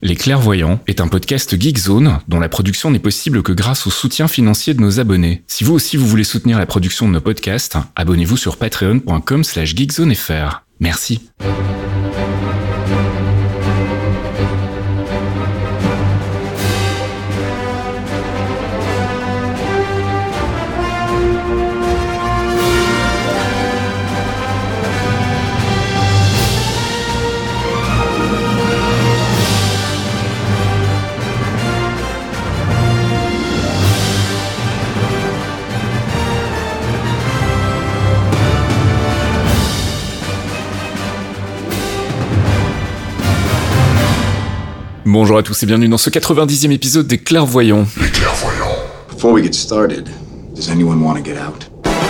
Les Clairvoyants est un podcast Geekzone dont la production n'est possible que grâce au soutien financier de nos abonnés. Si vous aussi vous voulez soutenir la production de nos podcasts, abonnez-vous sur patreon.com/geekzonefr. Merci. Bonjour à tous et bienvenue dans ce 90e épisode des Clairvoyants. Les Clairvoyants. Before we get started, does anyone want to get out?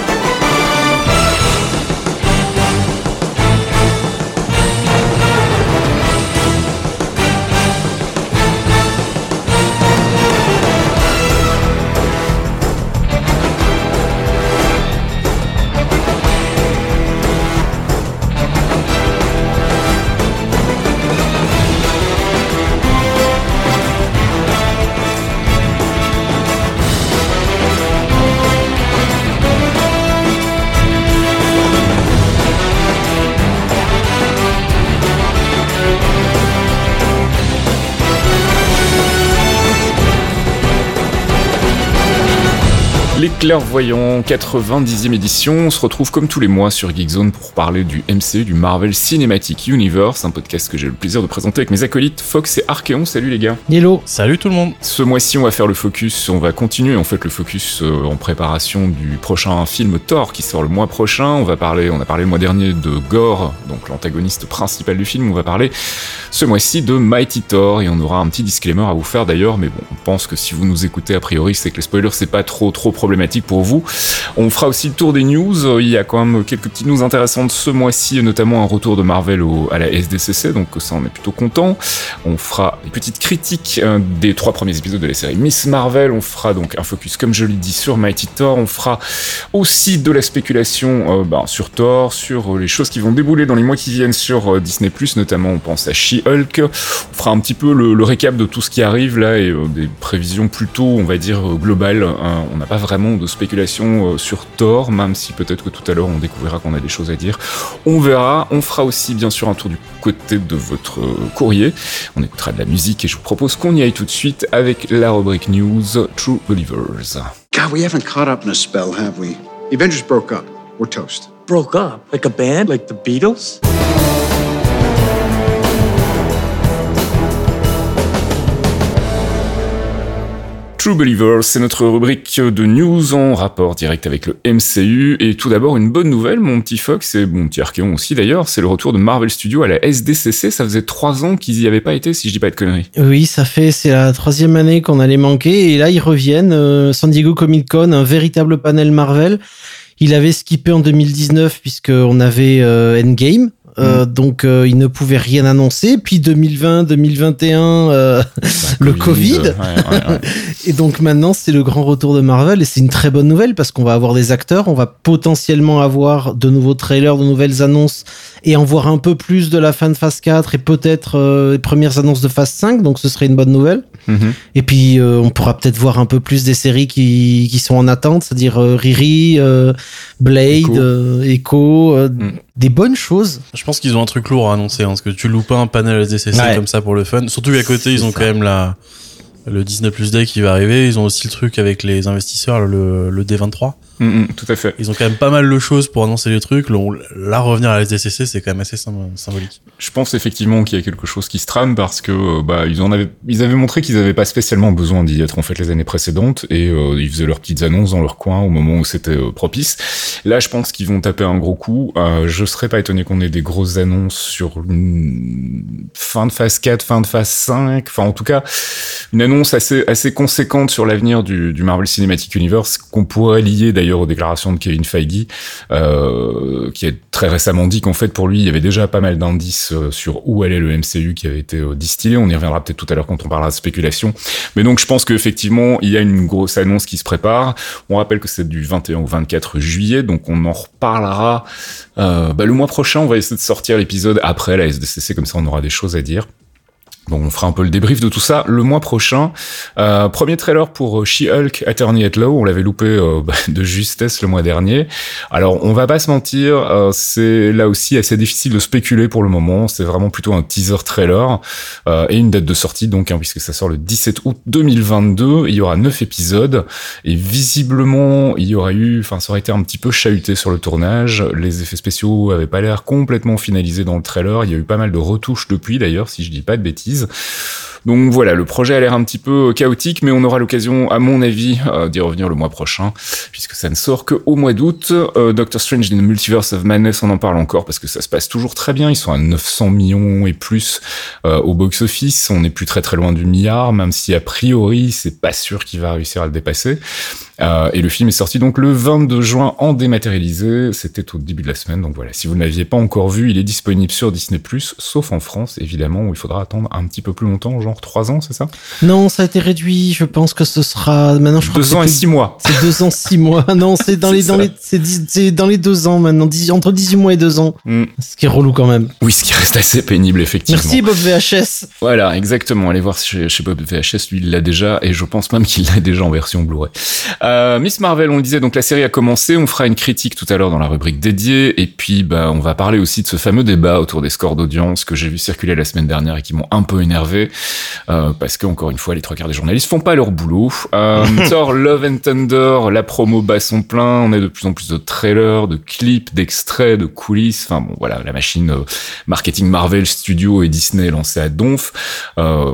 Les Clairvoyants, 90e édition, on se retrouve comme tous les mois sur Geekzone pour parler du MCU, du Marvel Cinematic Universe, un podcast que j'ai le plaisir de présenter avec mes acolytes Fox et Archeon. Salut les gars. Hello. Salut tout le monde. Ce mois-ci, on va faire le focus, on va continuer en fait le focus en préparation du prochain film Thor qui sort le mois prochain. On a parlé le mois dernier de Gore, donc l'antagoniste principal du film. On va parler ce mois-ci de Mighty Thor et on aura un petit disclaimer à vous faire d'ailleurs, mais bon, on pense que si vous nous écoutez a priori, c'est que les spoilers c'est pas trop problématique pour vous. On fera aussi le tour des news. Il y a quand même quelques petites news intéressantes ce mois-ci, notamment un retour de Marvel à la SDCC, donc ça on est plutôt content. On fera une petite critique des 3 premiers épisodes de la série Miss Marvel. On fera donc un focus, comme je l'ai dit, sur Mighty Thor. On fera aussi de la spéculation sur Thor, sur les choses qui vont débouler dans les mois qui viennent sur Disney+, notamment on pense à She-Hulk. On fera un petit peu le récap de tout ce qui arrive là et des prévisions plutôt, on va dire, globales. On n'a pas vraiment de spéculation sur Thor, même si peut-être que tout à l'heure on découvrira qu'on a des choses à dire. On verra. On fera aussi bien sûr un tour du côté de votre courrier. On écoutera de la musique et je vous propose qu'on y aille tout de suite avec la rubrique news True Believers. God, we haven't caught up in a spell, have we? The Avengers broke up. We're toast. Broke up? Like a band? Like the Beatles? True Believers, c'est notre rubrique de news en rapport direct avec le MCU. Et tout d'abord, une bonne nouvelle, mon petit Fox et mon petit Archeon aussi d'ailleurs, c'est le retour de Marvel Studios à la SDCC. Ça faisait 3 ans qu'ils y avaient pas été, si je dis pas de conneries. Oui, c'est la 3e année qu'on allait manquer. Et là, ils reviennent. San Diego Comic Con, un véritable panel Marvel. Il avait skippé en 2019 puisqu'on avait Endgame. Donc il ne pouvait rien annoncer, puis 2020, 2021 le Covid. Ouais. Et donc maintenant c'est le grand retour de Marvel et c'est une très bonne nouvelle parce qu'on va avoir des acteurs, on va potentiellement avoir de nouveaux trailers, de nouvelles annonces et en voir un peu plus de la fin de phase 4 et peut-être les premières annonces de phase 5, donc ce serait une bonne nouvelle. Et puis on pourra peut-être voir un peu plus des séries qui sont en attente, c'est-à-dire Riri, Blade, Echo, des bonnes choses. Je pense qu'ils ont un truc lourd à annoncer, parce que tu loupes pas un panel SDCC comme ça pour le fun. Surtout qu'à côté, ils ont quand même le Disney Plus Day qui va arriver. Ils ont aussi le truc avec les investisseurs, le D23. Tout à fait. Ils ont quand même pas mal de choses pour annoncer les trucs. Là, revenir à la SDCC, c'est quand même assez symbolique. Je pense effectivement qu'il y a quelque chose qui se trame parce que ils avaient montré qu'ils avaient pas spécialement besoin d'y être en fait les années précédentes et ils faisaient leurs petites annonces dans leur coin au moment où c'était propice. Là, je pense qu'ils vont taper un gros coup. Je serais pas étonné qu'on ait des grosses annonces sur une fin de phase 4, fin de phase 5. Enfin, en tout cas, une annonce assez conséquente sur l'avenir du Marvel Cinematic Universe qu'on pourrait lier d'ailleurs aux déclarations de Kevin Feige, qui a très récemment dit qu'en fait pour lui il y avait déjà pas mal d'indices sur où allait le MCU qui avait été distillé. On y reviendra peut-être tout à l'heure quand on parlera de spéculation. Mais donc je pense qu'effectivement il y a une grosse annonce qui se prépare. On rappelle que c'est du 21 au 24 juillet, donc on en reparlera le mois prochain. On va essayer de sortir l'épisode après la SDCC, comme ça on aura des choses à dire. Donc on fera un peu le débrief de tout ça le mois prochain. Premier trailer pour She-Hulk Attorney at Law, on l'avait loupé de justesse le mois dernier. Alors on va pas se mentir, c'est là aussi assez difficile de spéculer pour le moment, c'est vraiment plutôt un teaser trailer et une date de sortie donc puisque ça sort le 17 août 2022, il y aura 9 épisodes et visiblement ça aurait été un petit peu chahuté sur le tournage, les effets spéciaux avaient pas l'air complètement finalisés dans le trailer, il y a eu pas mal de retouches depuis d'ailleurs si je dis pas de bêtises. Donc voilà, le projet a l'air un petit peu chaotique, mais on aura l'occasion, à mon avis, d'y revenir le mois prochain, puisque ça ne sort qu'au mois d'août. Doctor Strange in the Multiverse of Madness, on en parle encore, parce que ça se passe toujours très bien, ils sont à 900 millions et plus au box-office, on n'est plus très très loin du milliard, même si a priori, c'est pas sûr qu'il va réussir à le dépasser. Et le film est sorti donc le 22 juin en dématérialisé, c'était au début de la semaine, donc voilà, si vous ne l'aviez pas encore vu, il est disponible sur Disney+, sauf en France, évidemment, où il faudra attendre un petit peu plus longtemps, genre 3 ans, c'est ça? Non, ça a été réduit, je pense que ce sera, maintenant je crois 2 ans et 6 mois. C'est 2 ans, 6 mois, non, c'est dans c'est dans les 2 ans maintenant, entre 18 mois et 2 ans, ce qui est relou quand même. Oui, ce qui reste assez pénible, effectivement. Merci Bob VHS. Voilà, exactement, allez voir chez Bob VHS, lui il l'a déjà, et je pense même qu'il l'a déjà en version Blu-ray. Miss Marvel, on le disait, donc la série a commencé, on fera une critique tout à l'heure dans la rubrique dédiée, et puis on va parler aussi de ce fameux débat autour des scores d'audience que j'ai vu circuler la semaine dernière et qui m'ont un peu énervé, parce que encore une fois, les 3/4 des journalistes font pas leur boulot. Thor Love and Thunder, la promo bat son plein, on a de plus en plus de trailers, de clips, d'extraits, de coulisses, enfin bon voilà, la machine marketing Marvel Studios et Disney lancée à donf. On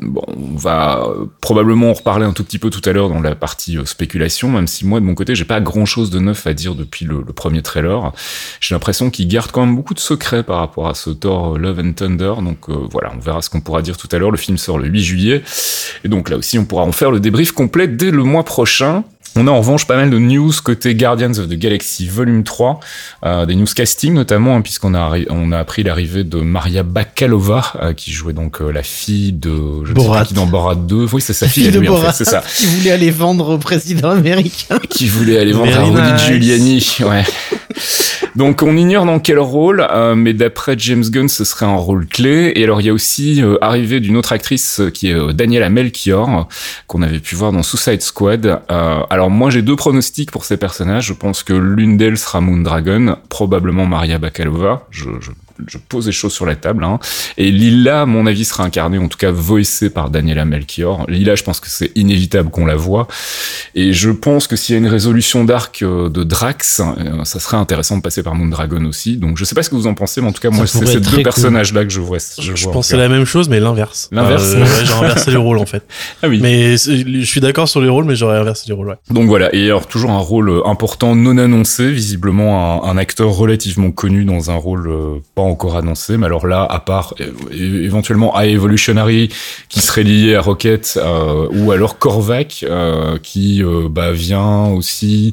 va probablement en reparler un tout petit peu tout à l'heure dans la partie spéculation, même si moi de mon côté j'ai pas grand chose de neuf à dire depuis le premier trailer. J'ai l'impression qu'il garde quand même beaucoup de secrets par rapport à ce Thor Love and Thunder, donc voilà, on verra ce qu'on pourra dire tout à l'heure. Le film sort le 8 juillet, et donc là aussi on pourra en faire le débrief complet dès le mois prochain. On a en revanche pas mal de news côté Guardians of the Galaxy Volume 3, des news casting notamment, puisqu'on a appris l'arrivée de Maria Bakalova, qui jouait donc la fille de Borat. Dans Borat 2. Oui, c'est sa fille à lui Borat, en fait, c'est ça. Qui voulait aller vendre au président américain. Qui voulait aller vendre Very à Rudy nice. Giuliani, ouais. Donc on ignore dans quel rôle, mais d'après James Gunn, ce serait un rôle clé. Et alors il y a aussi arrivée d'une autre actrice qui est Daniela Melchior, qu'on avait pu voir dans Suicide Squad. Alors moi j'ai 2 pronostics pour ces personnages. Je pense que l'une d'elles sera Moondragon, probablement Maria Bakalova. Je pose les choses sur la table, hein. Et Lila, à mon avis, sera incarnée, en tout cas voicée par Daniela Melchior. Lila, je pense que c'est inévitable qu'on la voie. Et je pense que s'il y a une résolution d'arc de Drax, ça serait intéressant de passer par Moondragon aussi. Donc je sais pas ce que vous en pensez, mais en tout cas, moi, c'est ces 2 personnages-là que je vois. Je pensais la même chose, mais l'inverse. L'inverse. Ouais, j'ai inversé les rôles, en fait. Ah oui. Mais je suis d'accord sur les rôles, mais j'aurais inversé les rôles, ouais. Donc voilà. Et alors, toujours un rôle important non annoncé, visiblement un acteur relativement connu dans un rôle pas encore annoncé, mais alors là, à part éventuellement High Evolutionary qui serait lié à Rocket, ou alors Korvac qui vient aussi,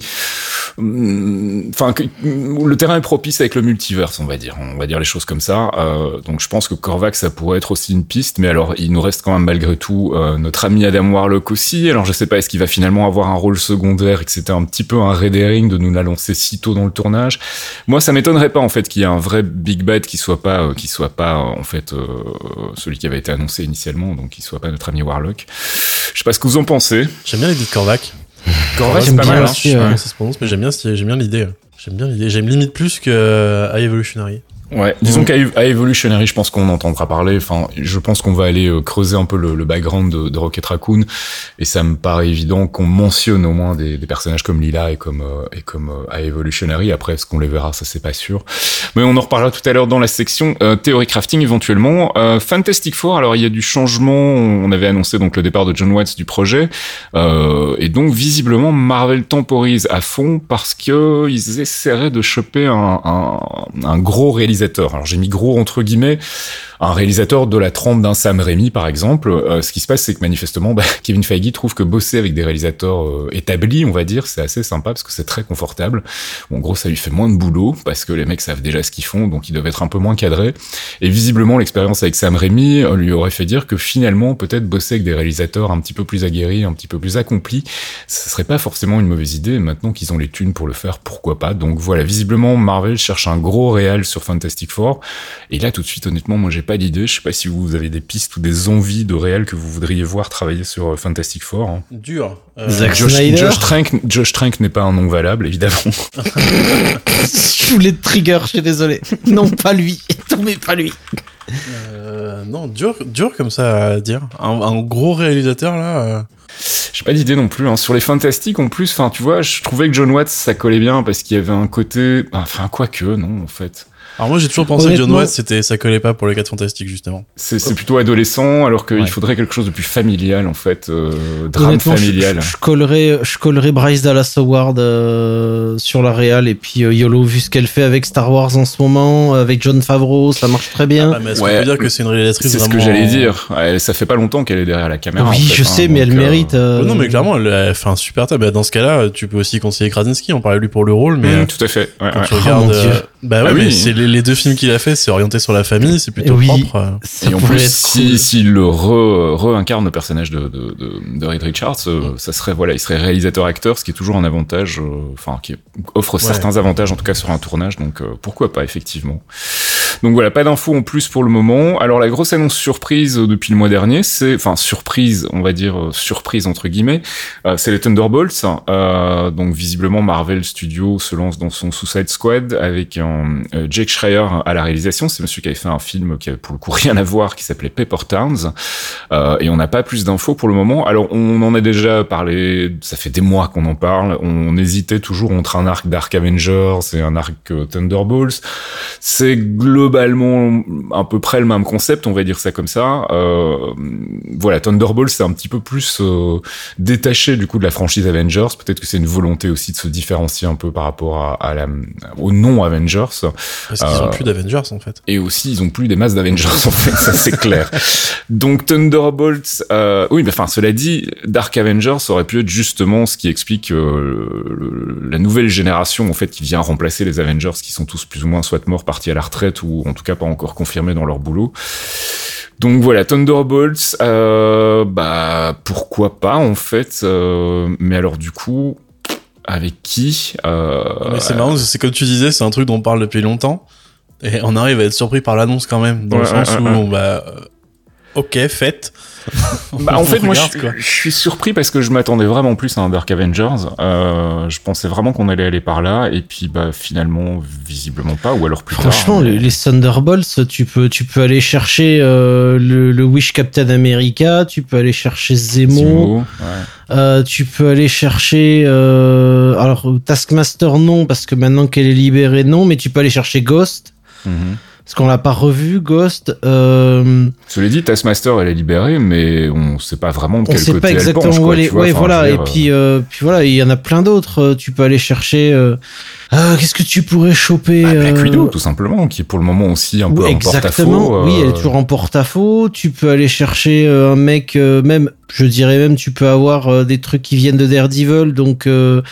enfin le terrain est propice avec le multiverse, on va dire les choses comme ça. Donc je pense que Korvac ça pourrait être aussi une piste, mais alors il nous reste quand même malgré tout notre ami Adam Warlock aussi. Alors je sais pas, est-ce qu'il va finalement avoir un rôle secondaire et que c'était un petit peu un red herring de nous l'annoncer si tôt dans le tournage. Moi ça m'étonnerait pas en fait qu'il y ait un vrai big bad qui soit pas en fait celui qui avait été annoncé initialement, donc qui soit pas notre ami Warlock. Je sais pas ce que vous en pensez. J'aime bien l'idée de Korvac. Korvac, j'aime c'est pas bien mal. aussi, Je sais pas comment ça se prononce, mais j'aime bien l'idée. J'aime limite plus que High Evolutionary. Ouais, disons qu'à Evolutionary, je pense qu'on entendra parler. Enfin, je pense qu'on va aller creuser un peu le background de Rocket Raccoon, et ça me paraît évident qu'on mentionne au moins des personnages comme Lila et comme à Evolutionary. Après, est-ce qu'on les verra, ça c'est pas sûr. Mais on en reparlera tout à l'heure dans la section Theory Crafting éventuellement. Fantastic Four, alors il y a du changement. On avait annoncé donc le départ de John Watts du projet, et donc visiblement Marvel temporise à fond parce que ils essaieraient de choper un gros réalisateur. Alors j'ai mis gros entre guillemets, un réalisateur de la trempe d'un Sam Raimi par exemple. Ce qui se passe, c'est que manifestement Kevin Feige trouve que bosser avec des réalisateurs établis, on va dire, c'est assez sympa parce que c'est très confortable. Bon, en gros, ça lui fait moins de boulot parce que les mecs savent déjà ce qu'ils font, donc ils doivent être un peu moins cadrés. Et visiblement, l'expérience avec Sam Raimi lui aurait fait dire que finalement, peut-être bosser avec des réalisateurs un petit peu plus aguerris, un petit peu plus accomplis, ça serait pas forcément une mauvaise idée. Maintenant qu'ils ont les thunes pour le faire, pourquoi pas. Donc voilà, visiblement, Marvel cherche un gros réal sur Fantastic Fantastic Four. Et là, tout de suite, honnêtement, moi, j'ai pas d'idée. Je sais pas si vous avez des pistes ou des envies de réel que vous voudriez voir travailler sur Fantastic Four. Hein. Dur. Josh Trank n'est pas un nom valable, évidemment. Je voulais te trigger, je suis désolé. Non, pas lui. Mais pas lui. Non, dur comme ça à dire. Un gros réalisateur, là... J'ai pas d'idée non plus, hein. Sur les Fantastiques, en plus, enfin, tu vois, je trouvais que John Watts, ça collait bien parce qu'il y avait un côté, enfin, quoique, non, en fait. Alors moi j'ai toujours pensé que John Watts ça collait pas pour les 4 Fantastiques justement. C'est plutôt adolescent alors qu'il faudrait quelque chose de plus familial en fait, drame familial. Je collerais Bryce Dallas Howard sur la réal et puis YOLO vu ce qu'elle fait avec Star Wars en ce moment, avec Jon Favreau, ça marche très bien. Mais est-ce qu'on peut dire que c'est une réalisatrice vraiment... C'est ce que j'allais dire. Ça fait pas longtemps qu'elle est derrière la caméra. Oui, en fait, je sais, mais elle mérite. Non mais clairement elle fait un super table. Dans ce cas-là, tu peux aussi conseiller Krasinski. On parlait de lui pour le rôle, mais tout à fait. Ouais, quand tu regardes, mais c'est les 2 films qu'il a fait, c'est orienté sur la famille, c'est plutôt propre. Et en plus, s'il le re-incarne le personnage de Reed Richards, ça serait, il serait réalisateur-acteur, ce qui est toujours un avantage, qui offre certains avantages, en tout cas sur un tournage, donc pourquoi pas, effectivement. Donc voilà, pas d'infos en plus pour le moment. Alors la grosse annonce surprise depuis le mois dernier, surprise, on va dire surprise entre guillemets, c'est les Thunderbolts. Donc visiblement Marvel Studios se lance dans son Suicide Squad avec Jake Schreier à la réalisation. C'est monsieur qui avait fait un film qui avait pour le coup rien à voir, qui s'appelait Paper Towns. Et on n'a pas plus d'infos pour le moment. Alors on en a déjà parlé, ça fait des mois qu'on en parle. On hésitait toujours entre un arc Dark Avengers et un arc Thunderbolts. C'est globalement à peu près le même concept, on va dire ça comme ça. Thunderbolts c'est un petit peu plus détaché du coup de la franchise Avengers. Peut-être que c'est une volonté aussi de se différencier un peu par rapport au non Avengers. Parce qu'ils ont plus d'Avengers en fait. Et aussi ils ont plus des masses d'Avengers en fait, ça c'est clair. Donc Thunderbolts, cela dit, Dark Avengers aurait pu être justement ce qui explique la nouvelle génération en fait qui vient remplacer les Avengers qui sont tous plus ou moins soit morts, partis à la retraite ou en tout cas pas encore confirmés dans leur boulot. Donc voilà, Thunderbolts, pourquoi pas en fait, mais alors du coup, avec qui Mais c'est marrant, c'est comme tu disais, c'est un truc dont on parle depuis longtemps, et on arrive à être surpris par l'annonce quand même, dans le sens où ok, faites. En fait, moi, je suis surpris parce que je m'attendais vraiment plus à un Dark Avengers. Je pensais vraiment qu'on allait aller par là, et puis finalement, visiblement pas, ou alors plus tard. Franchement, les Thunderbolts, tu peux aller chercher le Wish Captain America, tu peux aller chercher Zemo. Tu peux aller chercher alors Taskmaster non, parce que maintenant qu'elle est libérée non, mais tu peux aller chercher Ghost. Parce qu'on l'a pas revu, Ghost. Cela dit, Taskmaster, elle est libérée, mais on sait pas vraiment de quel côté elle penche. On sait pas exactement où elle est. Ouais, voilà. Et puis voilà, il y en a plein d'autres. Tu peux aller chercher. Qu'est-ce que tu pourrais choper Black Widow, tout simplement, qui est pour le moment aussi un peu en porte-à-faux. Oui, elle est toujours en porte-à-faux. Tu peux aller chercher un mec, je dirais même, tu peux avoir des trucs qui viennent de Daredevil, donc.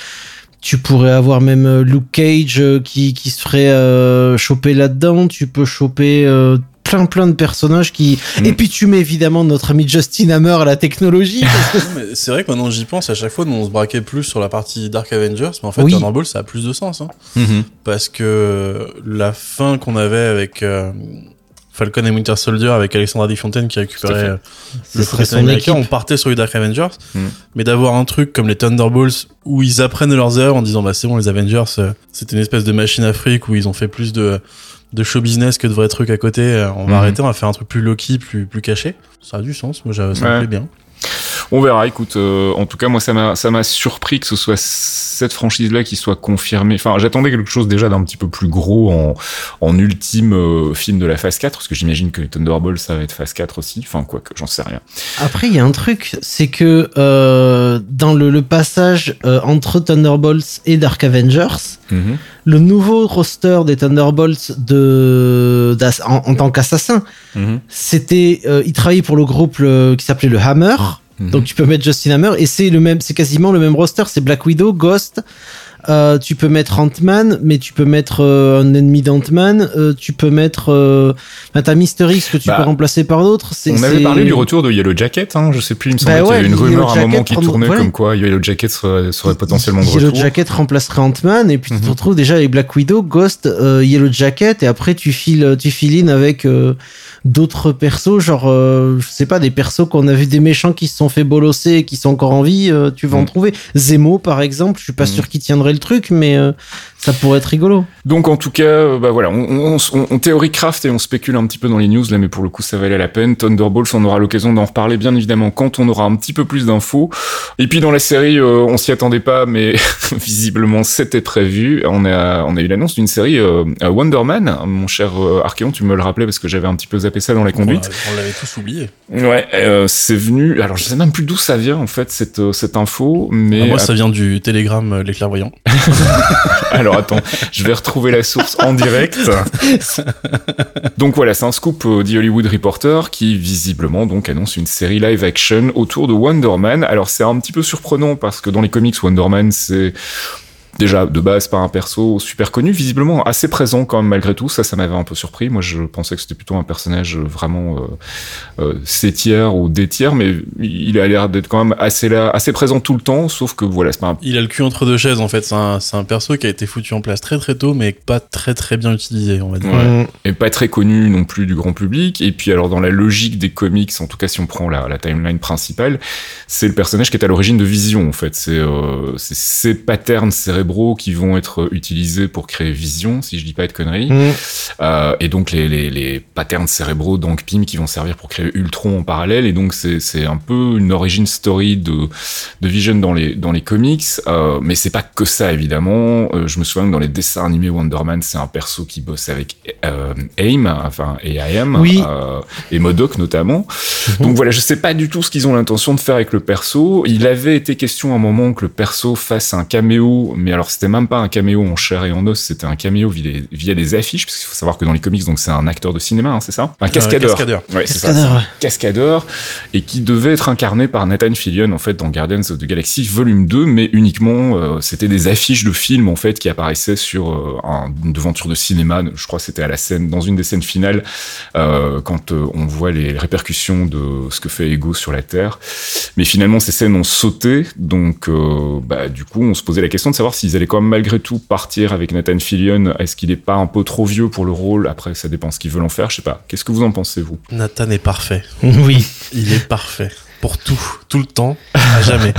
Tu pourrais avoir même Luke Cage qui se ferait choper là-dedans. Tu peux choper plein de personnages qui... Et puis tu mets évidemment notre ami Justin Hammer à la technologie. Mais c'est vrai que maintenant j'y pense, à chaque fois nous on se braquait plus sur la partie Dark Avengers, mais en fait Thunderbolt ça a plus de sens. Parce que la fin qu'on avait avec... Falcon et Winter Soldier avec Alexandra Desfontaines qui récupérait le Captain America, on partait sur les Dark Avengers, mais d'avoir un truc comme les Thunderbolts où ils apprennent leurs erreurs en disant c'est bon, les Avengers c'était une espèce de machine à fric où ils ont fait plus de show business que de vrais trucs à côté, on va arrêter, on va faire un truc plus low-key, plus caché. Ça a du sens, moi ça me plaît bien. On verra, écoute, en tout cas moi ça m'a surpris que ce soit cette franchise-là qui soit confirmée. Enfin, j'attendais quelque chose déjà d'un petit peu plus gros en ultime film de la phase 4, parce que j'imagine que les Thunderbolts ça va être phase 4 aussi, enfin quoi que j'en sais rien. Après il y a un truc, c'est que dans le passage entre Thunderbolts et Dark Avengers, le nouveau roster des Thunderbolts en tant qu'assassin, c'était il travaillait pour le groupe qui s'appelait le Hammer. Donc tu peux mettre Justin Hammer et c'est quasiment le même roster. C'est Black Widow, Ghost. Tu peux mettre Ant-Man, mais tu peux mettre un ennemi d'Ant-Man. Tu peux mettre. T'as Mister X que tu peux remplacer par d'autres. On avait parlé du retour de Yellow Jacket. Je sais plus. Il me semble qu'il y avait une rumeur à un moment qui tournait comme quoi Yellow Jacket serait potentiellement de retour. Yellow Jacket remplacerait Ant-Man et puis tu te retrouves déjà avec Black Widow, Ghost, Yellow Jacket et après tu files in avec d'autres persos, genre je sais pas, des persos qu'on a vu, des méchants qui se sont fait bolosser et qui sont encore en vie, tu vas en trouver. Zemo par exemple, je suis pas sûr qu'il tiendrait le truc, mais ça pourrait être rigolo. Donc en tout cas, voilà, on théorie craft et on spécule un petit peu dans les news là, mais pour le coup ça valait la peine. Thunderbolts, on aura l'occasion d'en reparler bien évidemment quand on aura un petit peu plus d'infos. Et puis dans la série, on s'y attendait pas, mais visiblement c'était prévu. On a eu l'annonce d'une série Wonder Man. Mon cher Archéon, tu me le rappelais parce que j'avais un petit peu zappé ça dans la conduite. On l'avait tous oublié. Ouais, c'est venu. Alors je sais même plus d'où ça vient en fait cette info, mais moi ça vient du Télégramme Les Clairvoyants. Alors attends, je vais retrouver la source en direct. Donc voilà, c'est un scoop The Hollywood Reporter qui visiblement donc annonce une série live action autour de Wonder Man. Alors c'est un petit peu surprenant parce que dans les comics Wonder Man c'est déjà de base pas un perso super connu, visiblement assez présent quand même malgré tout. Ça m'avait un peu surpris. Moi je pensais que c'était plutôt un personnage vraiment C-tier ou D-tier, mais il a l'air d'être quand même assez présent tout le temps, sauf que voilà, c'est pas il a le cul entre deux chaises en fait. C'est un perso qui a été foutu en place très très tôt, mais pas très très bien utilisé, on va dire. Ouais. Et pas très connu non plus du grand public. Et puis alors dans la logique des comics, en tout cas si on prend la timeline principale, c'est le personnage qui est à l'origine de Vision en fait. C'est ces patterns cérébraux qui vont être utilisés pour créer Vision, si je dis pas de conneries. Et donc les patterns cérébraux d'Hank Pym qui vont servir pour créer Ultron en parallèle. Et donc c'est un peu une origin story de Vision dans les comics. Mais c'est pas que ça évidemment. Je me souviens que dans les dessins animés Wonder Man, c'est un perso qui bosse avec AIM, enfin AIM, oui. Et MODOK notamment. Donc voilà, je sais pas du tout ce qu'ils ont l'intention de faire avec le perso. Il avait été question à un moment que le perso fasse un caméo, mais alors c'était même pas un caméo en chair et en os, c'était un caméo via des affiches, parce qu'il faut savoir que dans les comics, donc c'est un acteur de cinéma, hein, c'est ça? Un cascadeur. Ouais, c'est ça. Un cascadeur, et qui devait être incarné par Nathan Fillion, en fait, dans Guardians of the Galaxy Volume 2, mais uniquement, c'était des affiches de films, en fait, qui apparaissaient sur une devanture de cinéma. Je crois que c'était à la scène, dans une des scènes finales, quand on voit les répercussions de ce que fait Ego sur la Terre. Mais finalement, ces scènes ont sauté, donc du coup, on se posait la question de savoir s'ils allaient quand même malgré tout partir avec Nathan Fillion. Est-ce qu'il est pas un peu trop vieux pour le rôle? Après, ça dépend ce qu'ils veulent en faire, je sais pas. Qu'est-ce que vous en pensez, vous? Nathan est parfait. Oui. Il est parfait. Pour tout le temps, à jamais.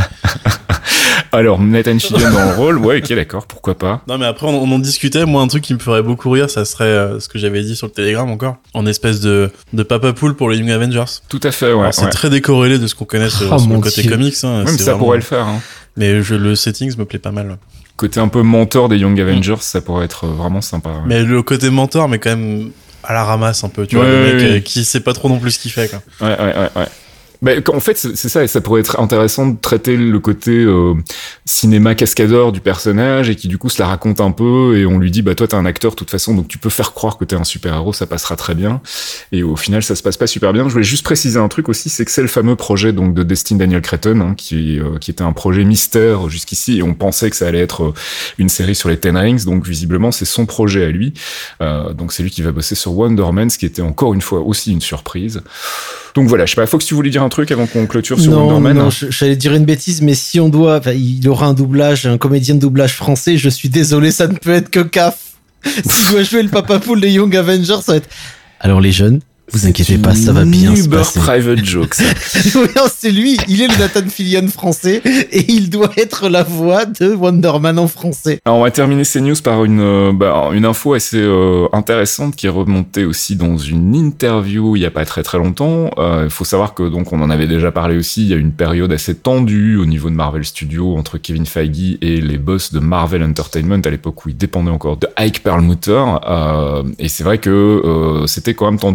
Alors, Nathan Fillion dans le rôle, ouais, ok, d'accord, pourquoi pas. Non, mais après, on en discutait. Moi, un truc qui me ferait beaucoup rire, ça serait ce que j'avais dit sur le Telegram encore, en espèce de Papa Poule pour les Young Avengers. Tout à fait, ouais. Alors, c'est très décorrélé de ce qu'on connaît sur le côté comics. Hein, même ça vraiment... pourrait le faire. Hein. Mais le setting me plaît pas mal. Côté un peu mentor des Young Avengers, ça pourrait être vraiment sympa. Ouais. Mais le côté mentor, mais quand même à la ramasse un peu, tu vois, le mec qui sait pas trop non plus ce qu'il fait, quoi. Ouais. Bah, en fait, c'est ça, et ça pourrait être intéressant de traiter le côté cinéma cascadeur du personnage et qui du coup se la raconte un peu et on lui dit bah toi t'es un acteur de toute façon donc tu peux faire croire que t'es un super-héros, ça passera très bien. Et au final ça se passe pas super bien. Je voulais juste préciser un truc aussi, c'est que c'est le fameux projet donc de Destin Daniel Cretton hein, qui était un projet mystère jusqu'ici et on pensait que ça allait être une série sur les Ten Rings, donc visiblement c'est son projet à lui. Donc c'est lui qui va bosser sur Wonder Man, ce qui était encore une fois aussi une surprise. Donc voilà, je sais pas, Fox, tu voulais dire un truc avant qu'on clôture sur Wonder Man? Non, j'allais dire une bêtise, mais si on doit, il aura un comédien de doublage français, je suis désolé, ça ne peut être que CAF. S'il doit jouer le Papa Poule des Young Avengers, ça va être... Alors les jeunes, vous inquiétez pas, ça va bien se passer. Private joke, ça. Non, c'est lui, il est le Nathan Fillion français et il doit être la voix de Wonder Man en français. Alors on va terminer ces news par une info assez intéressante qui est remontée aussi dans une interview il y a pas très très longtemps. Il faut savoir que donc on en avait déjà parlé aussi, il y a une période assez tendue au niveau de Marvel Studios entre Kevin Feige et les boss de Marvel Entertainment à l'époque où ils dépendaient encore de Ike Perlmutter. Et c'est vrai que c'était quand même tendu autour de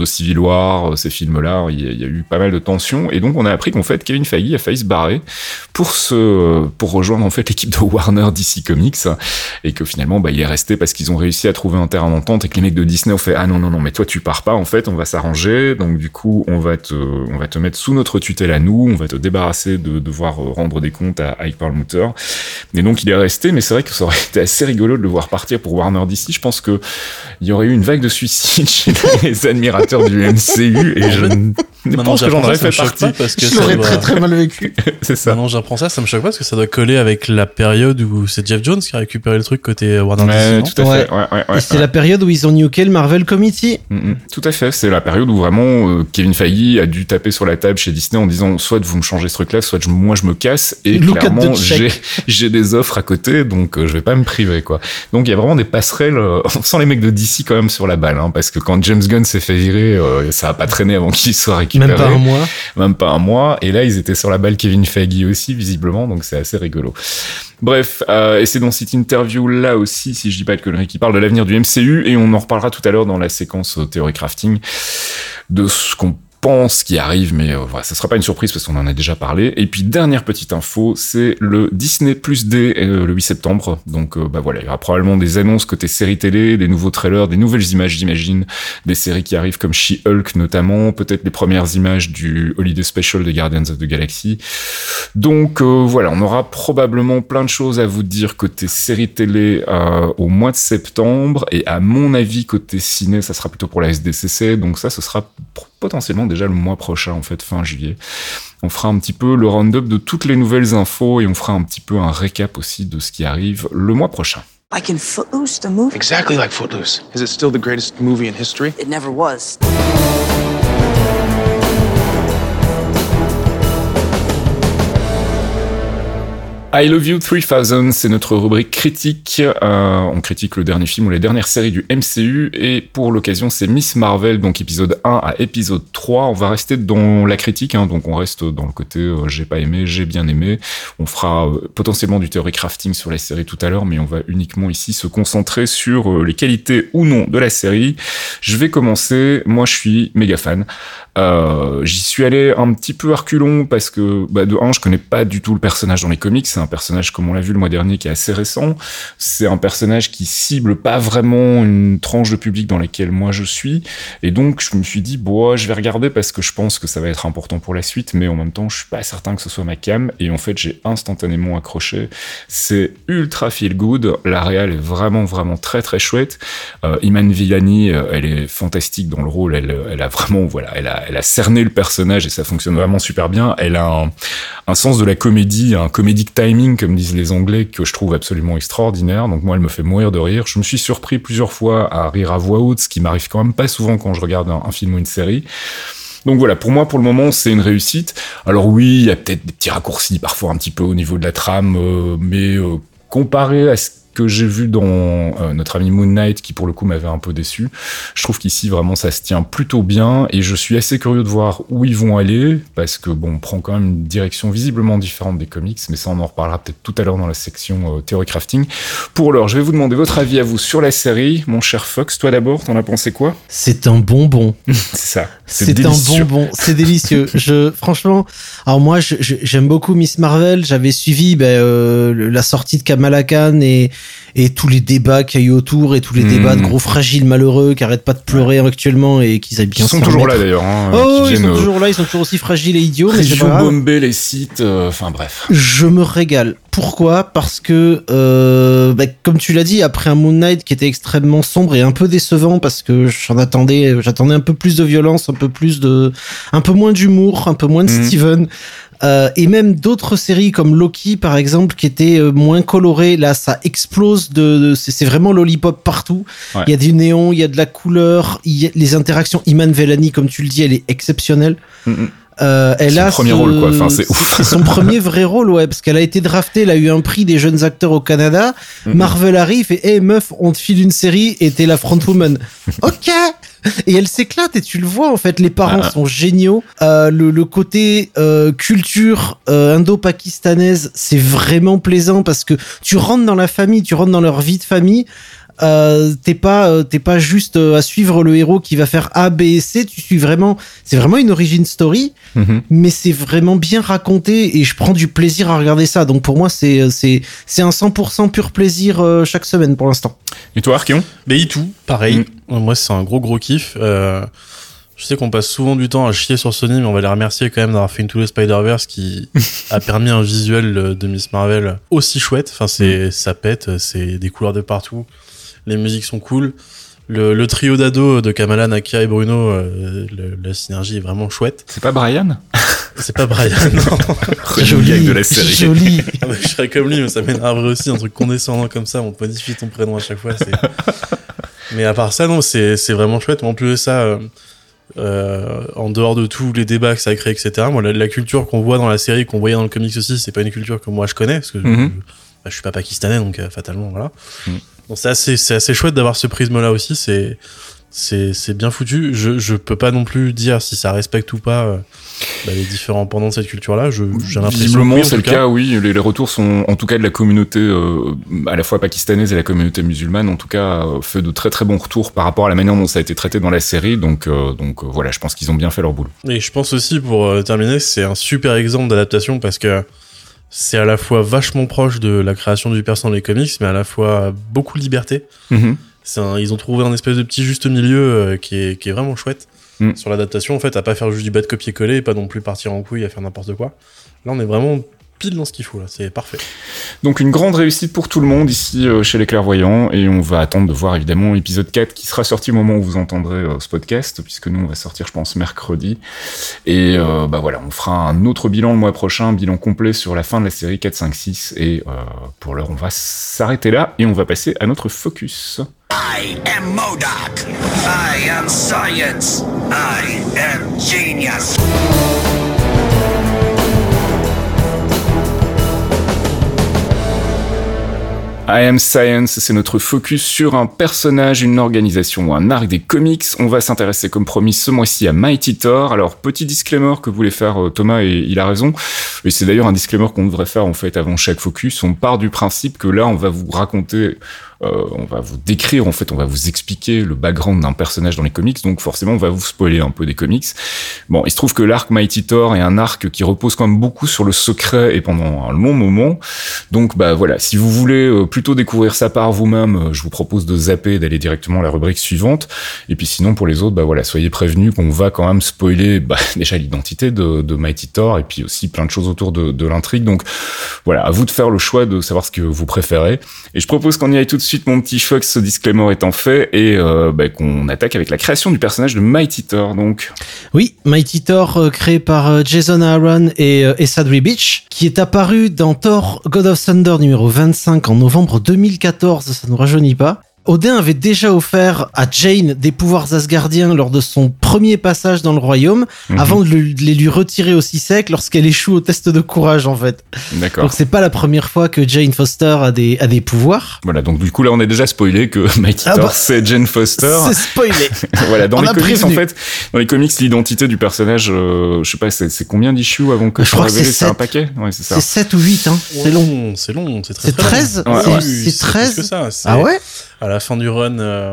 Civil War, ces films-là, il y a eu pas mal de tensions, et donc on a appris qu'en fait Kevin Feige a failli se barrer pour rejoindre en fait l'équipe de Warner DC Comics, et que finalement il est resté parce qu'ils ont réussi à trouver un terrain d'entente, et que les mecs de Disney ont fait ah non mais toi tu pars pas, en fait on va s'arranger, donc du coup on va te mettre sous notre tutelle à nous, on va te débarrasser de devoir rendre des comptes à Ike Perlmutter, et donc il est resté. Mais c'est vrai que ça aurait été assez rigolo de le voir partir pour Warner DC. Je pense que il y aurait eu une vague de suicides chez les admirateurs du MCU, et je ne pense que j'en aurais fait partie parce que je l'aurais très très mal vécu. C'est ça. Maintenant j'apprends ça me choque pas parce que ça doit coller avec la période où c'est Jeff Jones qui a récupéré le truc côté Warner DC. Tout à fait. Ouais, et c'est la période où ils ont nuqué le Marvel Committee. Tout à fait. C'est la période où vraiment Kevin Feige a dû taper sur la table chez Disney en disant soit vous me changez ce truc-là, soit moi je me casse, et clairement j'ai des offres à côté, donc je vais pas me priver, quoi. Donc il y a vraiment des passerelles. On sent les mecs de DC quand même sur la balle, hein, parce que quand James Gunn s'est fait virer, ça a pas traîné avant qu'il soit récupéré. Même pas un mois. Et là, ils étaient sur la balle Kevin Feige aussi, visiblement, donc c'est assez rigolo. Bref, et c'est dans cette interview-là aussi, si je dis pas de conneries, qui parle de l'avenir du MCU, et on en reparlera tout à l'heure dans la séquence Theory Crafting, de ce qu'on pense qui arrive, mais voilà, ça sera pas une surprise parce qu'on en a déjà parlé. Et puis dernière petite info, c'est le Disney Plus Day le 8 septembre. Donc voilà, il y aura probablement des annonces côté séries télé, des nouveaux trailers, des nouvelles images, j'imagine, des séries qui arrivent comme She-Hulk notamment, peut-être les premières images du Holiday Special de Guardians of the Galaxy. Donc voilà, on aura probablement plein de choses à vous dire côté séries télé au mois de septembre, et à mon avis côté ciné, ça sera plutôt pour la SDCC, donc ça ce sera potentiellement déjà le mois prochain, en fait, fin juillet. On fera un petit peu le round-up de toutes les nouvelles infos, et on fera un petit peu un récap aussi de ce qui arrive le mois prochain. Like in Footloose, the movie? Exactly like Footloose. Is it still the greatest movie in history? It never was. I Love You 3000, c'est notre rubrique critique. On critique le dernier film ou les dernières séries du MCU, et pour l'occasion, c'est Miss Marvel, donc épisode 1 à épisode 3. On va rester dans la critique, hein, donc on reste dans le côté j'ai pas aimé, j'ai bien aimé. On fera potentiellement du theory crafting sur la série tout à l'heure, mais on va uniquement ici se concentrer sur les qualités ou non de la série. Je vais commencer. Moi, je suis méga fan. J'y suis allé un petit peu à reculons parce que, de un, je connais pas du tout le personnage dans les comics. C'est un personnage, comme on l'a vu le mois dernier, qui est assez récent. C'est un personnage qui cible pas vraiment une tranche de public dans laquelle moi je suis. Et donc, je me suis dit, je vais regarder parce que je pense que ça va être important pour la suite, mais en même temps, je suis pas certain que ce soit ma cam. Et en fait, j'ai instantanément accroché. C'est ultra feel good. La réal est vraiment, vraiment très, très chouette. Iman Vellani, elle est fantastique dans le rôle. Elle a vraiment, elle a cerné le personnage et ça fonctionne vraiment super bien. Elle a un sens de la comédie, un comedic timing, comme disent les Anglais, que je trouve absolument extraordinaire. Donc moi, elle me fait mourir de rire. Je me suis surpris plusieurs fois à rire à voix haute, ce qui m'arrive quand même pas souvent quand je regarde un film ou une série. Donc voilà, pour moi, pour le moment, c'est une réussite. Alors oui, il y a peut-être des petits raccourcis parfois un petit peu au niveau de la trame, mais comparé à ce que j'ai vu dans notre ami Moon Knight, qui pour le coup m'avait un peu déçu, je trouve qu'ici vraiment ça se tient plutôt bien, et je suis assez curieux de voir où ils vont aller, parce que on prend quand même une direction visiblement différente des comics, mais ça on en reparlera peut-être tout à l'heure dans la section Theory Crafting. Pour l'heure, je vais vous demander votre avis à vous sur la série. Mon cher Fox, toi d'abord, t'en as pensé quoi? C'est un bonbon. C'est ça. C'est délicieux. Un bonbon. C'est délicieux. Franchement, alors moi, j'aime beaucoup Miss Marvel. J'avais suivi la sortie de Kamala Khan et tous les débats qu'il y a eu autour, et tous les débats de gros fragiles malheureux qui arrêtent pas de pleurer actuellement et qui aillent bien. Ils sont toujours là d'ailleurs. Ils sont toujours là. Ils sont toujours aussi fragiles et idiots. Mais ils ont bombé les sites. Enfin bref. Je me régale. Pourquoi ? Parce que, comme tu l'as dit, après un Moon Knight qui était extrêmement sombre et un peu décevant, parce que j'attendais un peu plus de violence, un peu moins d'humour, un peu moins de Steven. Et même d'autres séries comme Loki par exemple qui étaient moins colorées, là ça explose c'est vraiment lollipop partout. Ouais. Il y a du néon, il y a de la couleur, les interactions. Iman Vellani, comme tu le dis, elle est exceptionnelle. Elle a son premier rôle, quoi. Enfin, c'est ouf. C'est son premier vrai rôle, ouais, parce qu'elle a été draftée, elle a eu un prix des jeunes acteurs au Canada. Marvel arrive et hey meuf, on te file une série et t'es la frontwoman. Ok. Et elle s'éclate et tu le vois en fait, les parents sont géniaux. Le côté culture indo-pakistanaise, c'est vraiment plaisant parce que tu rentres dans la famille, tu rentres dans leur vie de famille. t'es pas juste à suivre le héros qui va faire A, B et C. C'est vraiment une origin story, mais c'est vraiment bien raconté et je prends du plaisir à regarder ça. Donc pour moi, c'est un 100% pur plaisir chaque semaine pour l'instant. Et toi, Archeon? tout pareil. Moi, c'est un gros kiff. Je sais qu'on passe souvent du temps à chier sur Sony, mais on va les remercier quand même d'avoir fait Into the Spider-Verse qui a permis un visuel de Miss Marvel aussi chouette. Enfin, ça pète, c'est des couleurs de partout. Les musiques sont cool. Le trio d'ados de Kamala, Nakia et Bruno, la synergie est vraiment chouette. C'est pas Brian? C'est pas Brian, non. Joli de la série. Joli. Je serais comme lui, mais ça m'énerverait aussi, un truc condescendant comme ça, on modifie ton prénom à chaque fois. Mais à part ça, non, c'est vraiment chouette. Mais en plus de ça, en dehors de tous les débats que ça a créé, etc., moi, la culture qu'on voit dans la série, qu'on voyait dans le comics aussi, c'est pas une culture que moi je connais, parce que je suis pas pakistanais, donc fatalement, voilà. Donc c'est assez chouette d'avoir ce prisme-là aussi, c'est bien foutu. Je peux pas non plus dire si ça respecte ou pas les différents pendants de cette culture-là. J'ai l'impression visiblement c'est le cas, oui. Les retours sont, en tout cas de la communauté à la fois pakistanaise et la communauté musulmane, en tout cas fait de très très bons retours par rapport à la manière dont ça a été traité dans la série. Donc voilà, je pense qu'ils ont bien fait leur boulot. Et je pense aussi, pour terminer, c'est un super exemple d'adaptation parce que c'est à la fois vachement proche de la création du perso dans les comics, mais à la fois beaucoup de liberté. Ils ont trouvé un espèce de petit juste milieu qui est vraiment chouette sur l'adaptation, en fait, à pas faire juste du bas de copier-coller et pas non plus partir en couille à faire n'importe quoi. Là, on est vraiment pile dans ce qu'il faut, là, c'est parfait. Donc une grande réussite pour tout le monde ici chez les clairvoyants, et on va attendre de voir évidemment l'épisode 4 qui sera sorti au moment où vous entendrez ce podcast, puisque nous on va sortir je pense mercredi, et voilà, on fera un autre bilan le mois prochain, un bilan complet sur la fin de la série 4, 5, 6, et pour l'heure on va s'arrêter là, et on va passer à notre focus. I am MODOK. I am science. I am genius. I Am Science, c'est notre focus sur un personnage, une organisation ou un arc des comics. On va s'intéresser comme promis ce mois-ci à Mighty Thor. Alors, petit disclaimer que voulait faire Thomas, et il a raison. Et c'est d'ailleurs un disclaimer qu'on devrait faire en fait avant chaque focus. On part du principe que là, on va vous raconter... on va vous décrire, en fait, on va vous expliquer le background d'un personnage dans les comics, donc forcément on va vous spoiler un peu des comics. Bon, il se trouve que l'arc Mighty Thor est un arc qui repose quand même beaucoup sur le secret et pendant un long moment, donc voilà, si vous voulez plutôt découvrir ça par vous-même, je vous propose de zapper et d'aller directement à la rubrique suivante, et puis sinon pour les autres, voilà, soyez prévenus qu'on va quand même spoiler déjà l'identité de Mighty Thor, et puis aussi plein de choses autour de l'intrigue, donc voilà, à vous de faire le choix de savoir ce que vous préférez, et je propose qu'on y aille tout de suite, mon petit Fox, ce disclaimer étant fait, et qu'on attaque avec la création du personnage de Mighty Thor, donc. Oui, Mighty Thor, créé par Jason Aaron et Esad Ribic, qui est apparu dans Thor God of Thunder numéro 25 en novembre 2014, ça nous rajeunit pas. Odin avait déjà offert à Jane des pouvoirs asgardiens lors de son premier passage dans le royaume, avant de les lui retirer aussi sec lorsqu'elle échoue au test de courage, en fait. D'accord. Donc c'est pas la première fois que Jane Foster a des pouvoirs. Voilà, donc du coup là on est déjà spoilé que Mighty Thor c'est Jane Foster. C'est spoilé. Voilà, dans les comics en fait, dans les comics l'identité du personnage, je sais pas, c'est combien d'issues avant que je crois que c'est un paquet. Ouais, c'est ça. C'est 7 ou 8 hein. C'est long, c'est très. C'est 13. C'est 13. Que ça. Ah ouais. À la fin du run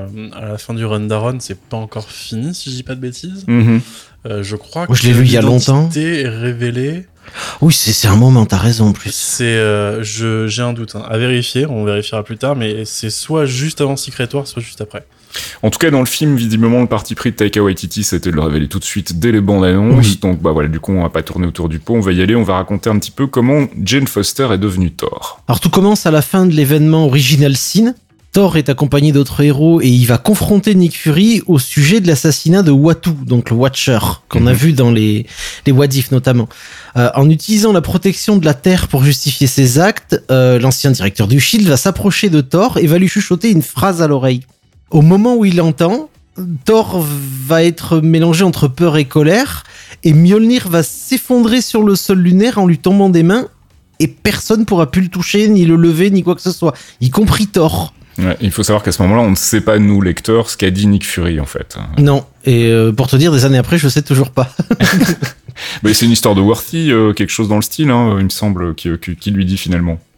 d'Aaron, c'est pas encore fini, si je dis pas de bêtises. Je crois que je l'ai lu il y a longtemps. L'identité est révélée. Oui, c'est un moment, t'as raison en plus. J'ai un doute, à vérifier, on vérifiera plus tard, mais c'est soit juste avant Secret War, soit juste après. En tout cas, dans le film, visiblement, le parti pris de Taika Waititi, c'était de le révéler tout de suite dès les bandes annonces. Oui. Donc, voilà, du coup, on va pas tourner autour du pot, on va y aller, on va raconter un petit peu comment Jane Foster est devenue Thor. Alors, tout commence à la fin de l'événement Original Sin. Thor est accompagné d'autres héros et il va confronter Nick Fury au sujet de l'assassinat de Uatu, donc le Watcher, qu'on a vu dans les What If notamment. En utilisant la protection de la Terre pour justifier ses actes, l'ancien directeur du SHIELD va s'approcher de Thor et va lui chuchoter une phrase à l'oreille. Au moment où il l'entend, Thor va être mélangé entre peur et colère, et Mjolnir va s'effondrer sur le sol lunaire en lui tombant des mains, et personne pourra plus le toucher, ni le lever, ni quoi que ce soit, y compris Thor. Ouais, il faut savoir qu'à ce moment-là, on ne sait pas, nous, lecteurs, ce qu'a dit Nick Fury, en fait. Non, et pour te dire, des années après, je sais toujours pas. Mais c'est une histoire de Worthy, quelque chose dans le style, il me semble, qui lui dit finalement.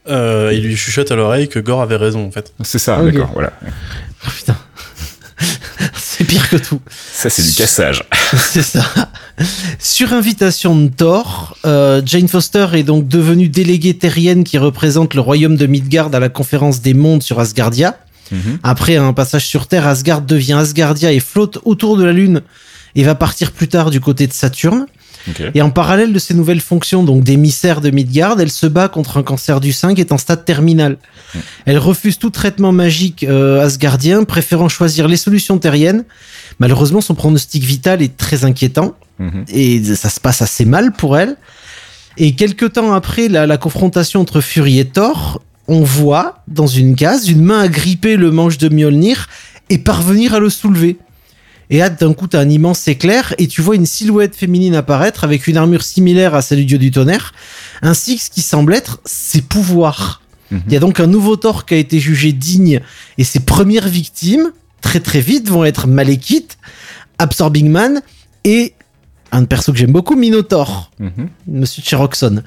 il lui chuchote à l'oreille que Gore avait raison, en fait. C'est ça, Ok. d'accord, voilà. Oh, putain. C'est pire que tout. Ça, c'est du cassage. C'est ça. Sur invitation de Thor, Jane Foster est donc devenue déléguée terrienne qui représente le royaume de Midgard à la conférence des mondes sur Asgardia. Après un passage sur Terre, Asgard devient Asgardia et flotte autour de la Lune et va partir plus tard du côté de Saturne. Okay. Et en parallèle de ses nouvelles fonctions, donc d'émissaire de Midgard, elle se bat contre un cancer du sein qui est en stade terminal. Elle refuse tout traitement magique asgardien, préférant choisir les solutions terriennes. Malheureusement, son pronostic vital est très inquiétant et ça se passe assez mal pour elle. Et quelques temps après la confrontation entre Fury et Thor, on voit dans une case une main agripper le manche de Mjolnir et parvenir à le soulever. Et là, d'un coup, t'as un immense éclair et tu vois une silhouette féminine apparaître avec une armure similaire à celle du dieu du tonnerre, ainsi que ce qui semble être ses pouvoirs. Il y a donc un nouveau Thor qui a été jugé digne et ses premières victimes, très très vite, vont être Malekith, Absorbing Man et un perso que j'aime beaucoup, Minotaur, Monsieur Cherokson.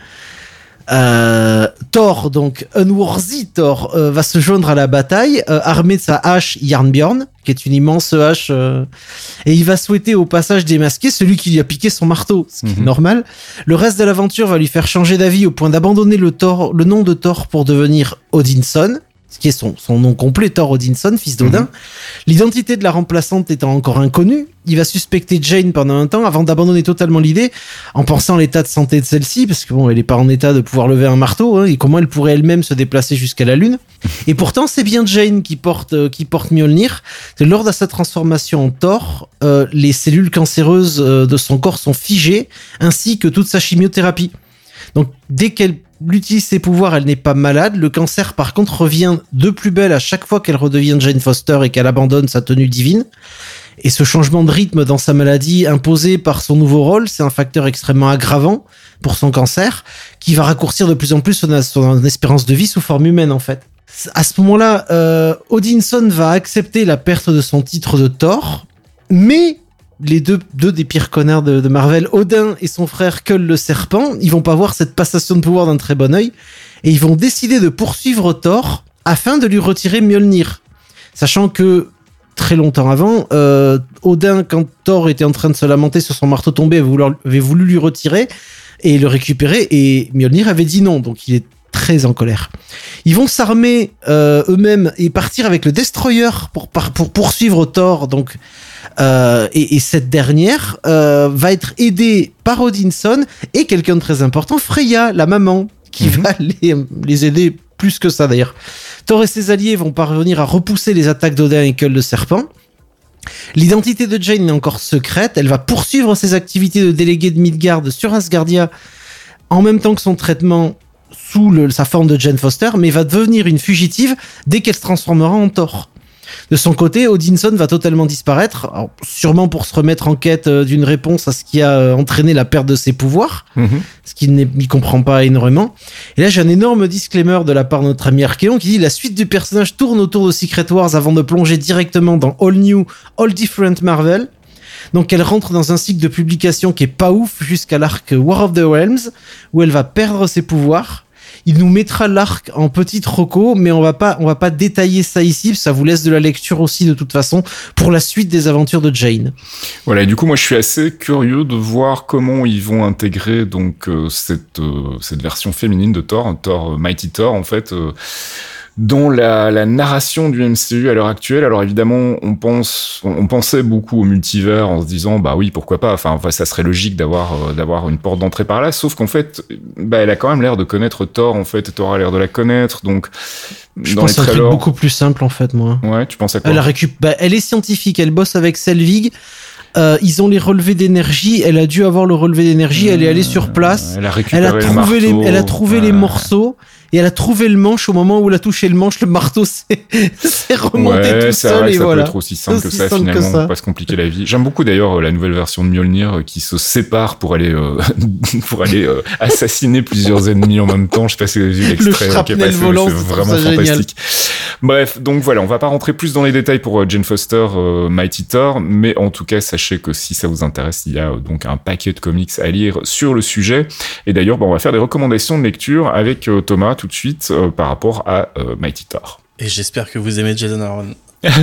Thor, donc Unworthy Thor, va se joindre à la bataille, armé de sa hache Jarnbjorn, qui est une immense hache, et il va souhaiter au passage démasquer celui qui lui a piqué son marteau, ce qui est normal. Le reste de l'aventure va lui faire changer d'avis au point d'abandonner le nom de Thor pour devenir Odinson, ce qui est son nom complet, Thor Odinson, fils d'Odin. L'identité de la remplaçante étant encore inconnue, il va suspecter Jane pendant un temps avant d'abandonner totalement l'idée, en pensant à l'état de santé de celle-ci, parce que bon, elle est pas en état de pouvoir lever un marteau, et comment elle pourrait elle-même se déplacer jusqu'à la Lune. Et pourtant, c'est bien Jane qui porte Mjolnir. Lors de sa transformation en Thor, les cellules cancéreuses de son corps sont figées, ainsi que toute sa chimiothérapie. Donc, dès qu'elle utilise ses pouvoirs, elle n'est pas malade. Le cancer, par contre, revient de plus belle à chaque fois qu'elle redevient Jane Foster et qu'elle abandonne sa tenue divine. Et ce changement de rythme dans sa maladie imposé par son nouveau rôle, c'est un facteur extrêmement aggravant pour son cancer, qui va raccourcir de plus en plus son espérance de vie sous forme humaine, en fait. À ce moment-là, Odinson va accepter la perte de son titre de Thor, mais les deux des pires connards de Marvel, Odin et son frère Kull le serpent, ils vont pas voir cette passation de pouvoir d'un très bon œil, et ils vont décider de poursuivre Thor afin de lui retirer Mjolnir. Sachant que, très longtemps avant, Odin, quand Thor était en train de se lamenter sur son marteau tombé, avait voulu lui retirer et le récupérer, et Mjolnir avait dit non, donc il est très en colère. Ils vont s'armer eux-mêmes et partir avec le Destroyer pour poursuivre Thor, donc et cette dernière va être aidée par Odinson et quelqu'un de très important, Freya, la maman, qui va les aider plus que ça d'ailleurs. Thor et ses alliés vont parvenir à repousser les attaques d'Odin et Kull le serpent. L'identité de Jane est encore secrète. Elle va poursuivre ses activités de déléguée de Midgard sur Asgardia en même temps que son traitement sous sa forme de Jane Foster, mais va devenir une fugitive dès qu'elle se transformera en Thor. De son côté, Odinson va totalement disparaître, alors, sûrement pour se remettre en quête d'une réponse à ce qui a entraîné la perte de ses pouvoirs, ce qu'il n'y comprend pas énormément. Et là, j'ai un énorme disclaimer de la part de notre ami Archéon qui dit « La suite du personnage tourne autour de Secret Wars avant de plonger directement dans All New, All Different Marvel ». Donc elle rentre dans un cycle de publication qui est pas ouf jusqu'à l'arc War of the Realms, où elle va perdre ses pouvoirs. Il nous mettra l'arc en petite roco, mais on va pas détailler ça ici, ça vous laisse de la lecture aussi de toute façon pour la suite des aventures de Jane. Voilà, et du coup moi je suis assez curieux de voir comment ils vont intégrer donc cette version féminine de Thor, Mighty Thor en fait, dans la narration du MCU à l'heure actuelle. Alors évidemment, on pensait beaucoup au multivers en se disant bah oui, pourquoi pas, enfin ça serait logique d'avoir une porte d'entrée par là, sauf qu'en fait elle a quand même l'air de connaître Thor en fait, et Thor a l'air de la connaître, donc je pense à un truc beaucoup plus simple en fait moi. Ouais, tu penses à quoi? Elle est scientifique, elle bosse avec Selvig. Ils ont les relevés d'énergie. Elle a dû avoir le relevé d'énergie. Elle est allée sur place. Elle a récupéré elle a trouvé les morceaux et elle a trouvé le manche au moment où elle a touché le manche. Le marteau s'est remonté tout seul. Vrai et ça voilà. peut être aussi simple que ça finalement, pour pas se compliquer la vie. J'aime beaucoup d'ailleurs la nouvelle version de Mjolnir qui se sépare pour aller assassiner plusieurs ennemis en même temps. Je sais pas si vous avez vu l'extrait. Le shrapnel volant, c'est vraiment fantastique. Bref, donc voilà, on va pas rentrer plus dans les détails pour Jane Foster, Mighty Thor, mais en tout cas, sachez que si ça vous intéresse, il y a donc un paquet de comics à lire sur le sujet. Et d'ailleurs, on va faire des recommandations de lecture avec Thomas tout de suite par rapport à Mighty Thor. Et j'espère que vous aimez Jason Aaron.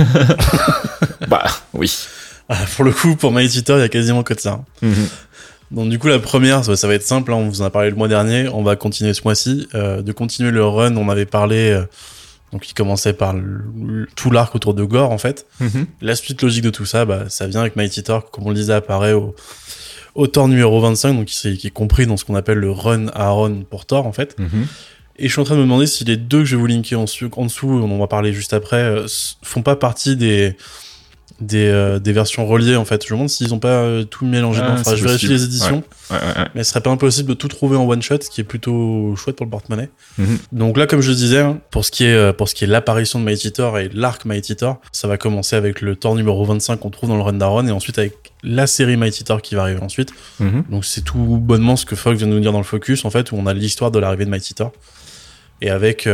Bah, oui. Pour le coup, pour Mighty Thor, il y a quasiment que de ça. Donc du coup, la première, ça va être simple, on vous en a parlé le mois dernier, on va continuer ce mois-ci, de continuer le run, on avait parlé... Donc il commençait par tout l'arc autour de Gore en fait. La suite logique de tout ça, ça vient avec Mighty Thor, comme on le disait, apparaît au Thor numéro 25, donc qui est compris dans ce qu'on appelle le run Aaron pour Thor en fait. Et je suis en train de me demander si les deux que je vais vous linker en dessous, on va parler juste après, font pas partie des versions reliées en fait. Je me demande s'ils ont pas tout mélangé. Enfin, je vérifie les éditions. Ouais. Mais ce serait pas impossible de tout trouver en one shot, ce qui est plutôt chouette pour le porte-monnaie. Donc là, comme je disais, pour ce qui est l'apparition de Mighty Thor et l'arc Mighty Thor, ça va commencer avec le Thor numéro 25 qu'on trouve dans le run d'Aaron et ensuite avec la série Mighty Thor qui va arriver ensuite. Donc c'est tout bonnement ce que Fox vient de nous dire dans le focus en fait, où on a l'histoire de l'arrivée de Mighty Thor. Et avec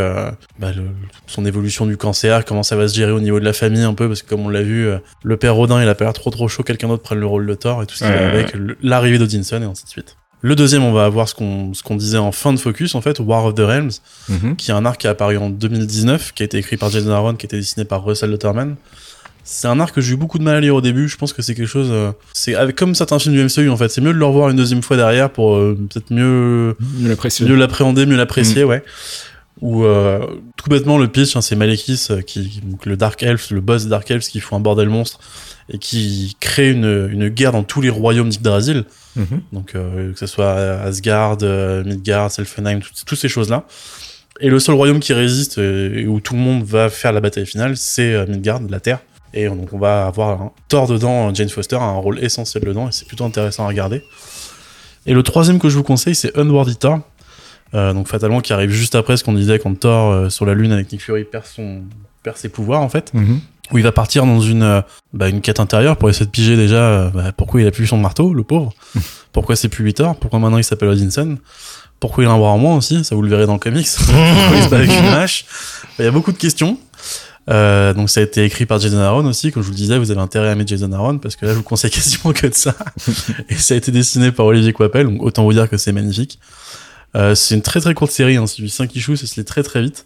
son évolution du cancer, comment ça va se gérer au niveau de la famille un peu, parce que comme on l'a vu, le père Odin il a pas l'air trop chaud, quelqu'un d'autre prenne le rôle de Thor et tout ce qui va avec, l'arrivée d'Odinson et ainsi de suite. Le deuxième, on va avoir ce qu'on disait en fin de focus en fait, War of the Realms, qui est un arc qui est apparu en 2019, qui a été écrit par Jason Aaron, qui a été dessiné par Russell Lutterman. C'est un arc que j'ai eu beaucoup de mal à lire au début, je pense que c'est quelque chose... c'est avec, comme certains films du MCU en fait, c'est mieux de le revoir une deuxième fois derrière pour peut-être mieux l'appréhender, mieux l'apprécier, ouais. Où tout bêtement le pitch, c'est Malekith donc le Dark Elf, le boss Dark Elf qui fout un bordel monstre et qui crée une guerre dans tous les royaumes d'Yggdrasil. Donc que ce soit Asgard, Midgard, Selfenheim, toutes ces choses-là. Et le seul royaume qui résiste et où tout le monde va faire la bataille finale, c'est Midgard, la Terre. Et donc on va avoir Thor dedans, Jane Foster a un rôle essentiel dedans et c'est plutôt intéressant à regarder. Et le troisième que je vous conseille, c'est Unworthy Thor. Donc fatalement qui arrive juste après ce qu'on disait quand Thor sur la lune avec Nick Fury perd ses pouvoirs en fait, où il va partir dans une quête intérieure pour essayer de piger déjà pourquoi il a plus son marteau, le pauvre, pourquoi c'est plus lui Thor, pourquoi maintenant il s'appelle Odinson, pourquoi il a un bras en moins aussi, ça vous le verrez dans le comics, pourquoi il se bat avec une hache, il y a beaucoup de questions. Donc ça a été écrit par Jason Aaron aussi, comme je vous le disais, vous avez intérêt à aimer Jason Aaron parce que là je vous conseille quasiment que de ça. Et ça a été dessiné par Olivier Coipel, donc autant vous dire que c'est magnifique. C'est une très très courte série, c'est du 5 issues, ça se lit très très vite,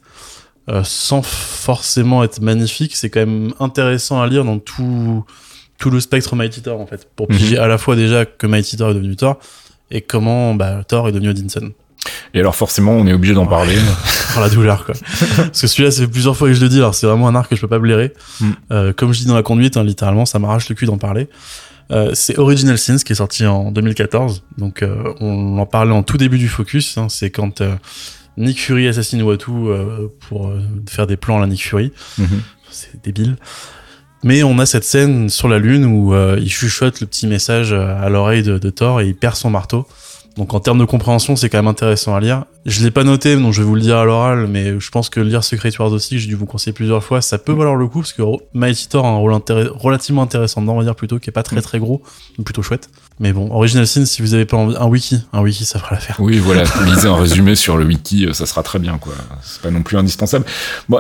sans forcément être magnifique, c'est quand même intéressant à lire dans tout le spectre Mighty Thor en fait, pour piger à la fois déjà que Mighty Thor est devenu Thor, et comment Thor est devenu Odinson. Et alors forcément on est obligé d'en parler. Oh, la douleur quoi. Parce que celui-là ça fait plusieurs fois que je le dis, alors c'est vraiment un arc que je peux pas blairer. Comme je dis dans la conduite, littéralement ça m'arrache le cul d'en parler. C'est Original Sins qui est sorti en 2014, donc on en parlait en tout début du focus, c'est quand Nick Fury assassine Uatu pour faire des plans à la Nick Fury. C'est débile. Mais on a cette scène sur la lune où il chuchote le petit message à l'oreille de Thor et il perd son marteau. Donc en termes de compréhension, c'est quand même intéressant à lire. Je l'ai pas noté, donc je vais vous le dire à l'oral, mais je pense que lire Secret Wars aussi, que j'ai dû vous conseiller plusieurs fois, ça peut valoir le coup, parce que Mighty Thor a un rôle relativement intéressant dedans, on va dire plutôt, qui est pas très très gros, mais plutôt chouette. Mais bon, Original Sin, si vous avez pas un wiki, ça fera l'affaire. Oui, voilà, lisez un résumé sur le wiki, ça sera très bien, quoi. C'est pas non plus indispensable. Bon,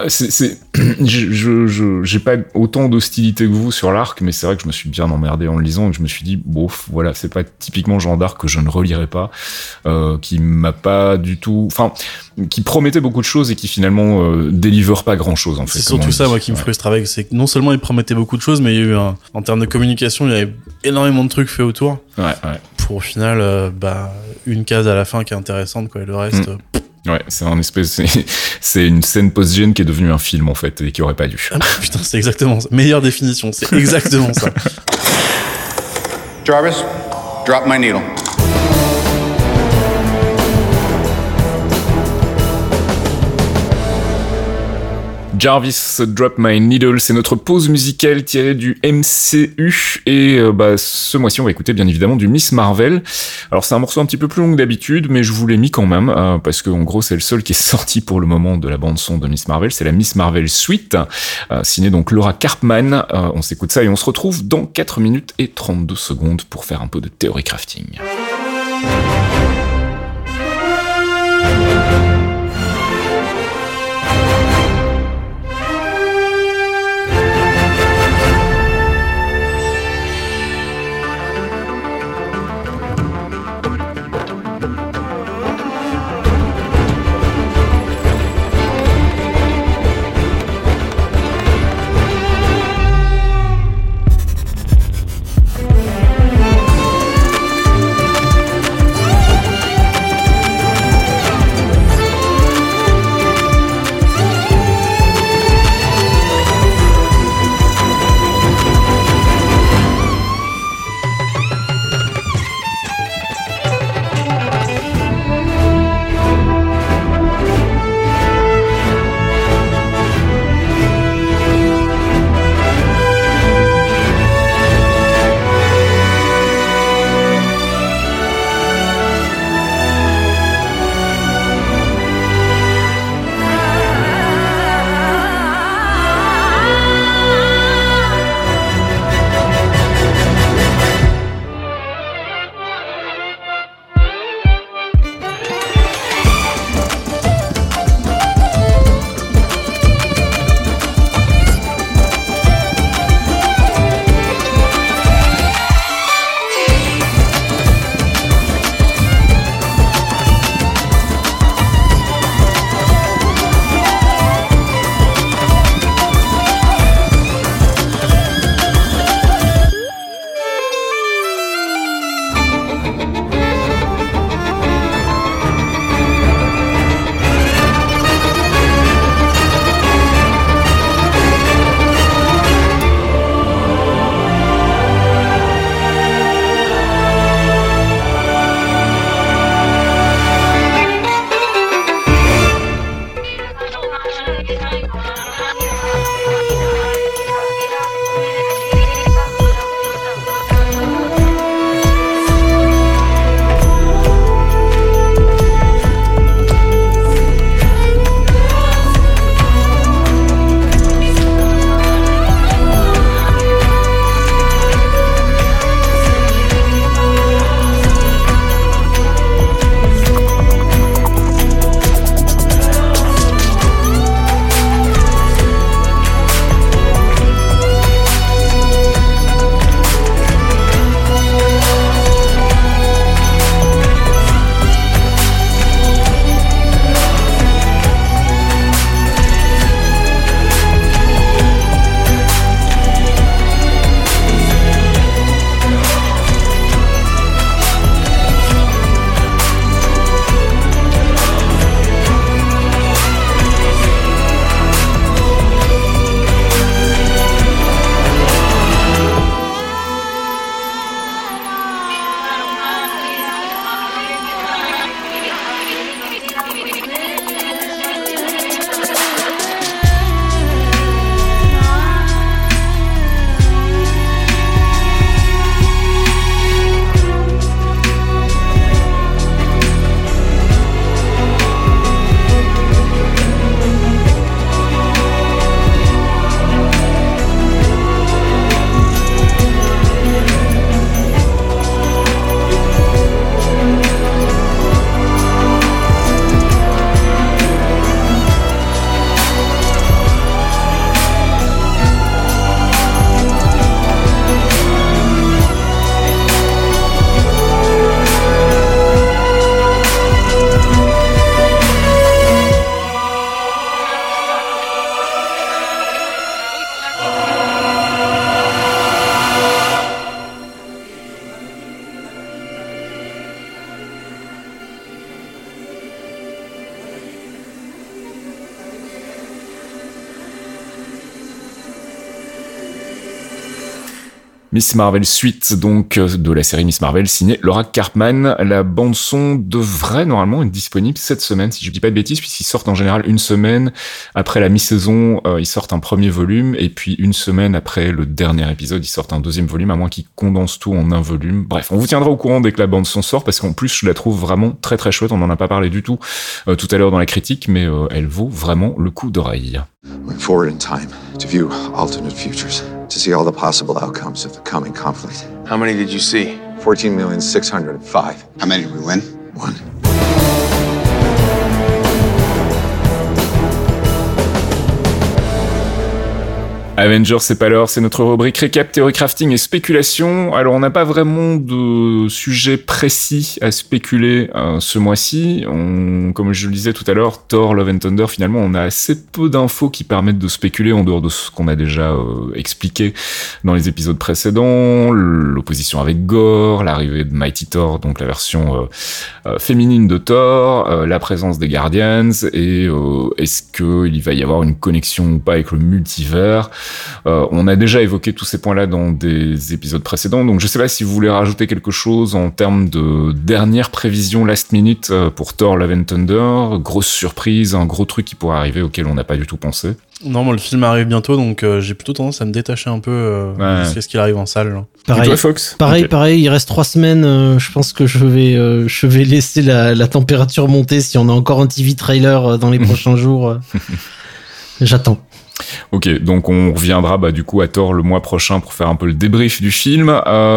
j'ai pas autant d'hostilité que vous sur l'arc, mais c'est vrai que je me suis bien emmerdé en le lisant, et que je me suis dit, voilà, c'est pas typiquement le genre d'arc que je ne relirai pas, qui m'a pas du tout, enfin, qui promettait beaucoup de choses et qui finalement délivre pas grand chose, en fait. C'est surtout ça, moi, qui me frustre avec, c'est que non seulement il promettait beaucoup de choses, mais il y a eu en termes de communication, il y avait énormément de trucs faits autour. Ouais. Pour au final, une case à la fin qui est intéressante, quoi, et le reste. Ouais, c'est une scène post-gène qui est devenue un film, en fait, et qui aurait pas dû. Putain, c'est exactement ça. Meilleure définition, c'est exactement ça. Jarvis, drop my needle. Jarvis, Drop My Needle, c'est notre pause musicale tirée du MCU et ce mois-ci on va écouter bien évidemment du Miss Marvel. Alors c'est un morceau un petit peu plus long que d'habitude, mais je vous l'ai mis quand même parce que en gros c'est le seul qui est sorti pour le moment de la bande son de Miss Marvel, c'est la Miss Marvel Suite, signée donc Laura Karpman. On s'écoute ça et on se retrouve dans 4 minutes et 32 secondes pour faire un peu de théorie crafting. Miss Marvel suite donc de la série Miss Marvel signée Laura Karpman. La bande son devrait normalement être disponible cette semaine, si je dis pas de bêtises, puisqu'ils sortent en général une semaine après la mi-saison, ils sortent un premier volume, et puis une semaine après le dernier épisode, ils sortent un deuxième volume, à moins qu'ils condensent tout en un volume. Bref, on vous tiendra au courant dès que la bande son sort, parce qu'en plus je la trouve vraiment très très chouette. On en a pas parlé du tout tout à l'heure dans la critique, mais elle vaut vraiment le coup d'oreille. Went forward in time to view alternate futures, to see all the possible outcomes of the coming conflict. How many did you see? 14,605. How many did we win? One. Avengers, c'est pas l'heure, c'est notre rubrique récap, théorie crafting et spéculation. Alors, on n'a pas vraiment de sujet précis à spéculer ce mois-ci. Comme je le disais tout à l'heure, Thor, Love and Thunder, finalement, on a assez peu d'infos qui permettent de spéculer en dehors de ce qu'on a déjà expliqué dans les épisodes précédents. L'opposition avec Gore, l'arrivée de Mighty Thor, donc la version féminine de Thor, la présence des Guardians, et est-ce qu'il va y avoir une connexion ou pas avec le multivers. On a déjà évoqué tous ces points-là dans des épisodes précédents, donc je sais pas si vous voulez rajouter quelque chose en termes de dernière prévision last minute pour Thor Love and Thunder. Grosse surprise, un gros truc qui pourrait arriver auquel on n'a pas du tout pensé. Non, moi le film arrive bientôt, donc j'ai plutôt tendance à me détacher un peu jusqu'à ce qu'il arrive en salle. Là. Pareil, et toi, Fox? Pareil, il reste 3 semaines. Je pense que je vais laisser la température monter si on a encore un TV trailer dans les prochains jours. J'attends. Ok, donc on reviendra du coup à Thor le mois prochain pour faire un peu le débrief du film.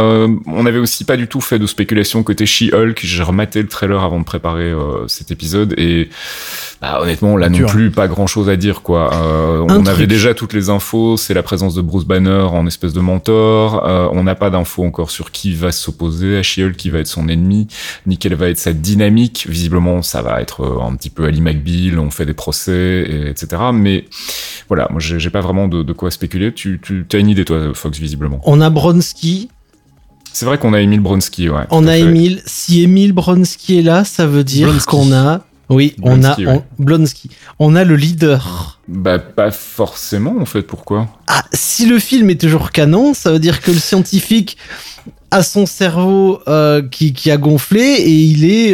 On avait aussi pas du tout fait de spéculation côté She-Hulk. J'ai rematé le trailer avant de préparer cet épisode et honnêtement là non plus pas grand chose à dire quoi. On avait déjà toutes les infos, c'est la présence de Bruce Banner en espèce de mentor. On n'a pas d'infos encore sur qui va s'opposer à She-Hulk, qui va être son ennemi, ni quelle va être sa dynamique. Visiblement ça va être un petit peu Ali McBeal, on fait des procès, etc. Mais voilà, moi j'ai pas vraiment de quoi spéculer. Tu as une idée toi, Fox, visiblement. On a Bronski. C'est vrai qu'on a Emile Bronski, ouais. On a Emile. Si Emile Bronski est là, ça veut dire qu'on a... Oui, Blonsky, Blonsky. On a le leader. Pas forcément, en fait. Pourquoi ? Si le film est toujours canon, ça veut dire que le scientifique a son cerveau qui a gonflé et il est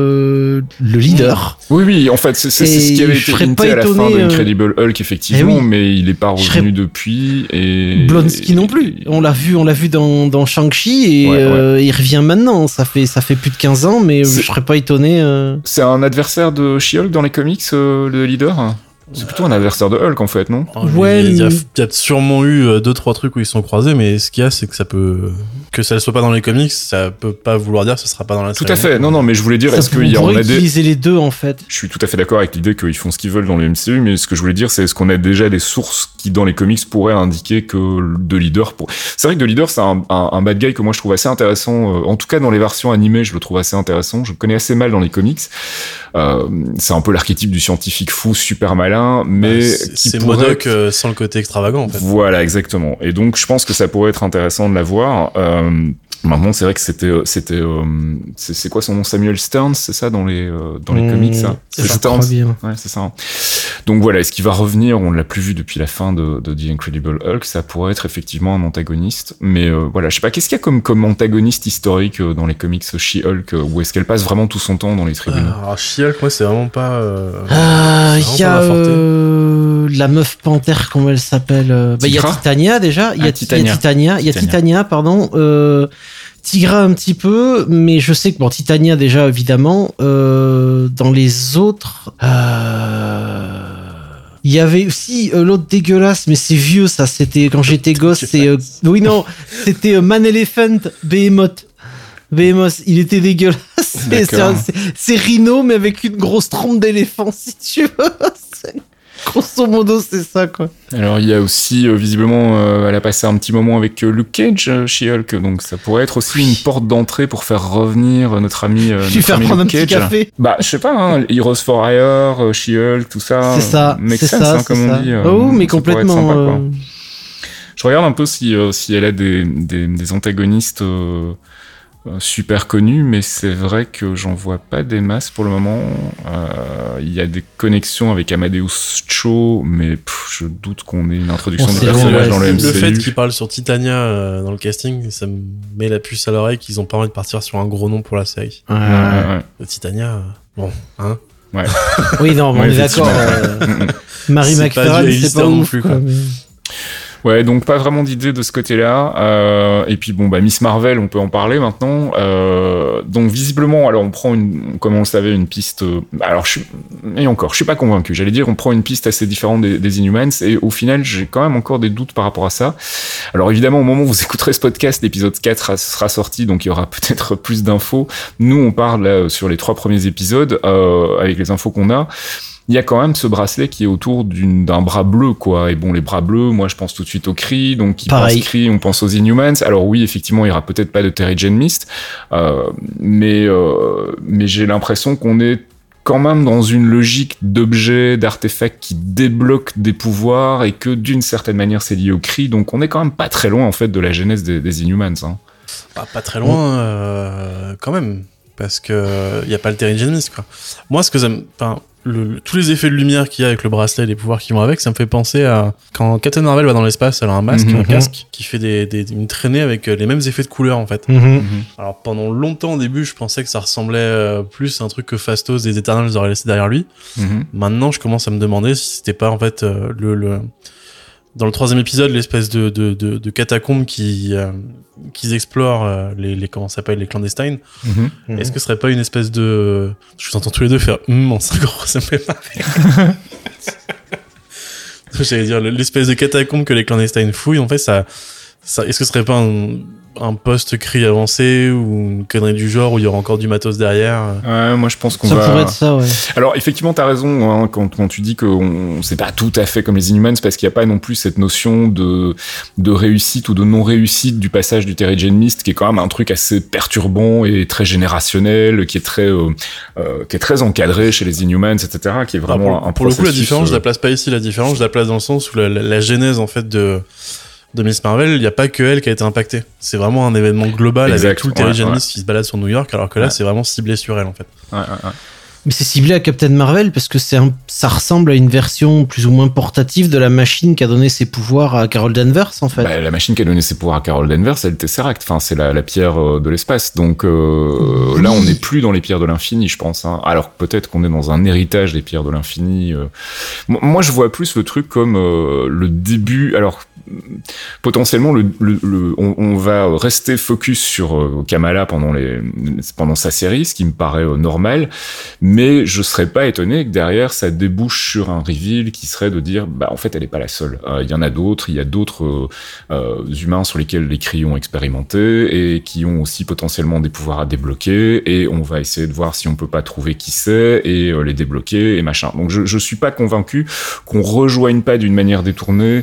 le leader. Oui, en fait, c'est ce qui avait été hinté à la fin d'Incredible Hulk, effectivement, mais il est pas revenu depuis. Et Blonsky non plus. On l'a vu dans Shang-Chi et il revient maintenant. Ça fait plus de 15 ans, mais je serais pas étonné. C'est un adversaire de She-Hulk dans les comics, le leader ? C'est plutôt un adversaire de Hulk en fait, non ? Ouais, il y a sûrement eu 2-3 trucs où ils sont croisés, mais ce qu'il y a, c'est que que ça ne soit pas dans les comics, ça peut pas vouloir dire que ce sera pas dans la série. Tout à fait. Non, mais je voulais dire, est-ce qu'il y a utiliser les deux en fait. Je suis tout à fait d'accord avec l'idée qu'ils font ce qu'ils veulent dans le MCU, mais ce que je voulais dire, c'est est-ce qu'on a déjà des sources qui dans les comics pourraient indiquer que The Leader C'est vrai que The Leader, c'est un bad guy que moi je trouve assez intéressant. En tout cas, dans les versions animées, je le trouve assez intéressant. Je le connais assez mal dans les comics. C'est un peu l'archétype du scientifique fou, super malin, mais c'est MODOK sans le côté extravagant en fait. Voilà, exactement. Et donc je pense que ça pourrait être intéressant de la voir. Maintenant, c'est vrai que c'est quoi son nom, Samuel Stearns, c'est ça dans les comics, ça. C'est Stearns. Ouais, c'est ça. Donc voilà, est-ce qu'il va revenir ? On l'a plus vu depuis la fin de The Incredible Hulk. Ça pourrait être effectivement un antagoniste, mais voilà, je sais pas. Qu'est-ce qu'il y a comme antagoniste historique dans les comics She-Hulk, ou est-ce qu'elle passe vraiment tout son temps dans les tribunes ? Alors She-Hulk, moi, c'est vraiment pas. Il y a la meuf panthère, comment elle s'appelle ? Il y a Titania déjà. Il y a Titania, pardon. Tigra un petit peu, mais je sais que Titania déjà évidemment. Dans les autres, il y avait aussi l'autre dégueulasse, mais c'est vieux ça. C'était quand j'étais gosse. C'était Man Elephant Behemoth. Il était dégueulasse. C'est Rhino, mais avec une grosse trompe d'éléphant, si tu veux. Grosso modo, c'est ça, quoi. Alors, il y a aussi, visiblement, elle a passé un petit moment avec Luke Cage, She-Hulk, donc ça pourrait être aussi une porte d'entrée pour faire revenir notre ami Luke Cage. Un petit café. Je sais pas, Heroes for Hire, She-Hulk, tout ça. C'est ça. Make sense, comme on dit. Mais complètement. Sympa, je regarde un peu si elle a des antagonistes super connu, mais c'est vrai que j'en vois pas des masses pour le moment. Il y a des connexions avec Amadeus Cho, mais je doute qu'on ait une introduction de sait personnage dans le MCU. Le fait qu'il parle sur Titania dans le casting, ça me met la puce à l'oreille qu'ils ont pas envie de partir sur un gros nom pour la série. Titania, bon, hein. Ouais. Oui, non, mais on est d'accord. Marie McFarlane, c'est pas non ouf, plus, quoi. quoi. Ouais, donc pas vraiment d'idée de ce côté-là. Et puis bon, Miss Marvel, on peut en parler maintenant. Donc visiblement, alors on prend comme on le savait, une piste. Alors je suis pas convaincu. J'allais dire, on prend une piste assez différente des Inhumans, et au final, j'ai quand même encore des doutes par rapport à ça. Alors évidemment, au moment où vous écouterez ce podcast, l'épisode 4 sera sorti, donc il y aura peut-être plus d'infos. Nous, on parle là sur les 3 premiers épisodes avec les infos qu'on a. Il y a quand même ce bracelet qui est autour d'un bras bleu, quoi. Et bon, les bras bleus, moi, je pense tout de suite au Kree. Donc, qui pense Kree, on pense aux Inhumans. Alors oui, effectivement, il y aura peut-être pas de Terrigen Mist. Mais j'ai l'impression qu'on est quand même dans une logique d'objets, d'artefacts qui débloquent des pouvoirs, et que d'une certaine manière, c'est lié au Kree. Donc, on est quand même pas très loin, en fait, de la genèse des Inhumans, hein. Pas très loin, quand même. Parce que y a pas le Terrigen Mist, quoi. Moi, ce que ça me... tous les effets de lumière qu'il y a avec le bracelet, les pouvoirs qui vont avec, ça me fait penser à quand Captain Marvel va dans l'espace, elle a un masque, un casque qui fait une traînée avec les mêmes effets de couleur, en fait. Alors pendant longtemps, au début, je pensais que ça ressemblait plus à un truc que Phastos des Eternals aurait laissé derrière lui. Maintenant, je commence à me demander si c'était pas en fait dans le 3e épisode, l'espèce de catacombe qu'ils explorent, les comment ça s'appelle, les clandestines. Est-ce que ce serait pas une espèce de... Je vous entends tous les deux faire en 5 euros, ça me fait marrer. J'allais dire, l'espèce de catacombe que les clandestines fouillent, en fait, ça est-ce que ce serait pas un post-Kree avancé ou une connerie du genre où il y aura encore du matos derrière? Ouais, moi je pense qu'on ça pourrait être ça, ouais. Alors effectivement, t'as raison, hein, quand tu dis que c'est pas tout à fait comme les Inhumans, parce qu'il y a pas non plus cette notion de réussite ou de non-réussite du passage du Terrigen Mist, qui est quand même un truc assez perturbant et très générationnel, qui est très encadré chez les Inhumans, etc., qui est vraiment un pour le coup, la processus, différence, je la place pas ici. La différence, je la place dans le sens où la genèse, en fait, de Miss Marvel, il n'y a pas que elle qui a été impactée. C'est vraiment un événement global, avec tout le Terrigen Mist qui se balade sur New York, alors que là, c'est vraiment ciblé sur elle, en fait. Mais c'est ciblé à Captain Marvel parce que ça ressemble à une version plus ou moins portative de la machine qui a donné ses pouvoirs à Carol Danvers, en fait. La machine qui a donné ses pouvoirs à Carol Danvers, c'est le Tesseract. Enfin, c'est la pierre de l'espace. Donc là, on n'est plus dans les pierres de l'infini, je pense, hein. Alors peut-être qu'on est dans un héritage des pierres de l'infini. Moi, je vois plus le truc comme le début. Alors potentiellement, on va rester focus sur Kamala pendant sa série, ce qui me paraît normal. Mais je serais pas étonné que derrière ça débouche sur un reveal qui serait de dire en fait elle est pas la seule. Il y en a d'autres, il y a d'autres humains sur lesquels les Kree ont expérimenté et qui ont aussi potentiellement des pouvoirs à débloquer, et on va essayer de voir si on peut pas trouver qui c'est et les débloquer et machin. Donc je suis pas convaincu qu'on rejoigne pas d'une manière détournée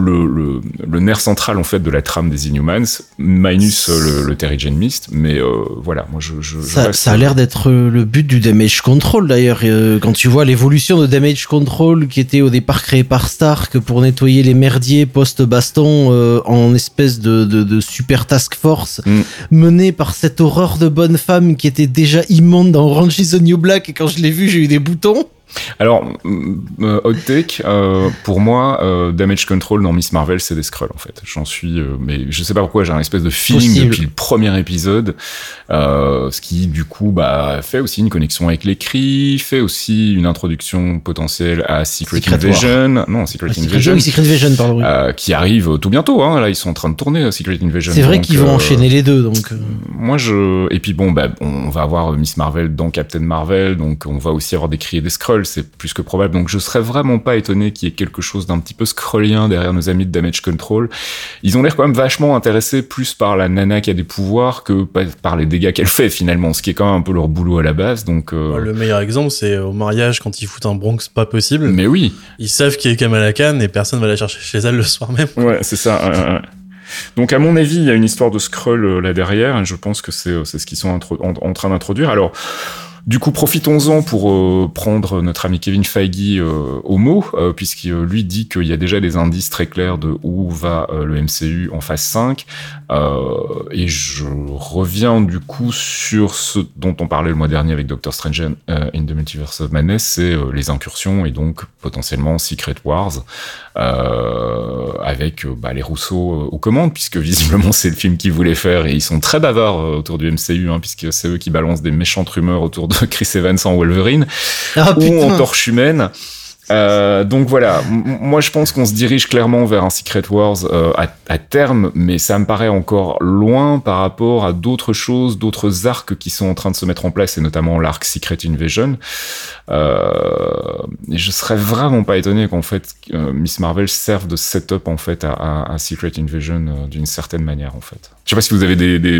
le nerf central en fait de la trame des Inhumans, minus le Terrigen Mist, mais voilà, moi ça a l'air d'être le but du Damage Control d'ailleurs, quand tu vois l'évolution de Damage Control qui était au départ créé par Stark pour nettoyer les merdiers post-baston en espèce de super task force menée par cette horreur de bonne femme qui était déjà immonde dans Orange is the New Black, et quand je l'ai vu j'ai eu des boutons. Alors, hot take, pour moi, Damage Control dans Miss Marvel, c'est des Skrulls, en fait. J'en suis, mais je sais pas pourquoi, j'ai un espèce de feeling depuis le premier épisode, ce qui, du coup, fait aussi une connexion avec les Kree, fait aussi une introduction potentielle à Secret Invasion. Non, Secret Invasion, pardon. Qui arrive tout bientôt, hein. Là, ils sont en train de tourner Secret Invasion. C'est vrai qu'ils vont enchaîner les deux, donc. Moi, et puis bon, on va avoir Miss Marvel dans Captain Marvel, donc on va aussi avoir des Kree et des Skrulls, c'est plus que probable. Donc je serais vraiment pas étonné qu'il y ait quelque chose d'un petit peu skrullien derrière nos amis de Damage Control. Ils ont l'air quand même vachement intéressés plus par la nana qui a des pouvoirs que par les dégâts qu'elle fait finalement, ce qui est quand même un peu leur boulot à la base. Donc le meilleur exemple, c'est au mariage quand ils foutent un Bronx pas possible. Mais oui. Ils savent qu'il y a Kamala Khan et personne va la chercher chez elle le soir même. Ouais, c'est ça. Donc à mon avis, il y a une histoire de Skrull là derrière, et je pense que c'est ce qu'ils sont en train d'introduire. Alors Du coup, profitons-en pour prendre notre ami Kevin Feige au mot, puisqu'il lui dit qu'il y a déjà des indices très clairs de où va le MCU en phase 5. Et je reviens du coup sur ce dont on parlait le mois dernier avec Doctor Strange in the Multiverse of Madness, c'est les incursions et donc potentiellement Secret Wars, avec les Rousseau aux commandes, puisque visiblement c'est le film qu'ils voulaient faire et ils sont très bavards autour du MCU, puisque c'est eux qui balancent des méchantes rumeurs autour de Chris Evans en Wolverine ou en Torche Humaine. Donc voilà, moi je pense qu'on se dirige clairement vers un Secret Wars à terme, mais ça me paraît encore loin par rapport à d'autres choses, d'autres arcs qui sont en train de se mettre en place, et notamment l'arc Secret Invasion. Et je serais vraiment pas étonné qu'en fait Miss Marvel serve de setup en fait à Secret Invasion d'une certaine manière en fait. Je sais pas si vous avez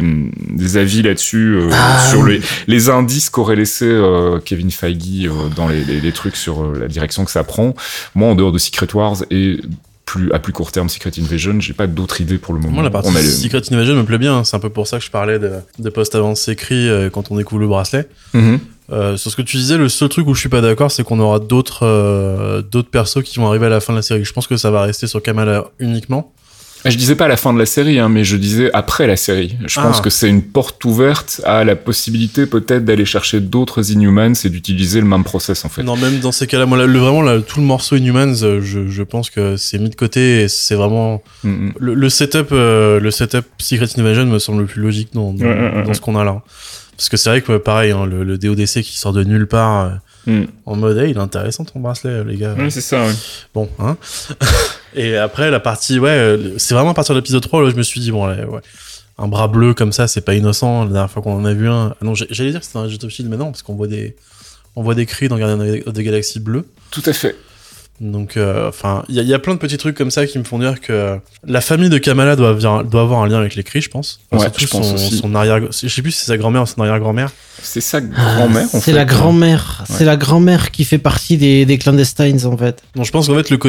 des avis là-dessus sur les indices qu'aurait laissé Kevin Feige dans les trucs sur la direction que ça prend. Moi, en dehors de Secret Wars et à plus court terme Secret Invasion, j'ai pas d'autres idées pour le moment. Moi, la partie Secret Invasion me plaît bien. C'est un peu pour ça que je parlais de post-avance écrit quand on découvre le bracelet. Sur ce que tu disais, le seul truc où je suis pas d'accord, c'est qu'on aura d'autres persos qui vont arriver à la fin de la série. Je pense que ça va rester sur Kamala uniquement. Je disais pas à la fin de la série, mais je disais après la série. Je pense que c'est une porte ouverte à la possibilité peut-être d'aller chercher d'autres Inhumans et d'utiliser le même process en fait. Non, même dans ces cas-là, moi tout le morceau Inhumans, je pense que c'est mis de côté et c'est vraiment le setup Secret Invasion me semble le plus logique dans ce qu'on a là. Parce que c'est vrai que pareil, le DODC qui sort de nulle part. En mode, il est intéressant ton bracelet, les gars. Oui, c'est ça, oui. Bon, Et après, la partie, c'est vraiment à partir de l'épisode 3, là, je me suis dit, un bras bleu comme ça, c'est pas innocent. La dernière fois qu'on en a vu un. Non, j'allais dire que c'était un Agent of Shield, mais non, parce qu'on voit des cris dans Guardians of the Galaxy bleu. Tout à fait. Donc, il y a plein de petits trucs comme ça qui me font dire que la famille de Kamala doit avoir un lien avec les Kree, je pense. Je pense aussi. Son arrière, je sais plus si c'est sa grand-mère ou son arrière-grand-mère. C'est sa grand-mère, en fait. C'est la grand-mère. Ouais. C'est la grand-mère qui fait partie des clandestines, en fait. Donc, je pense qu'en fait,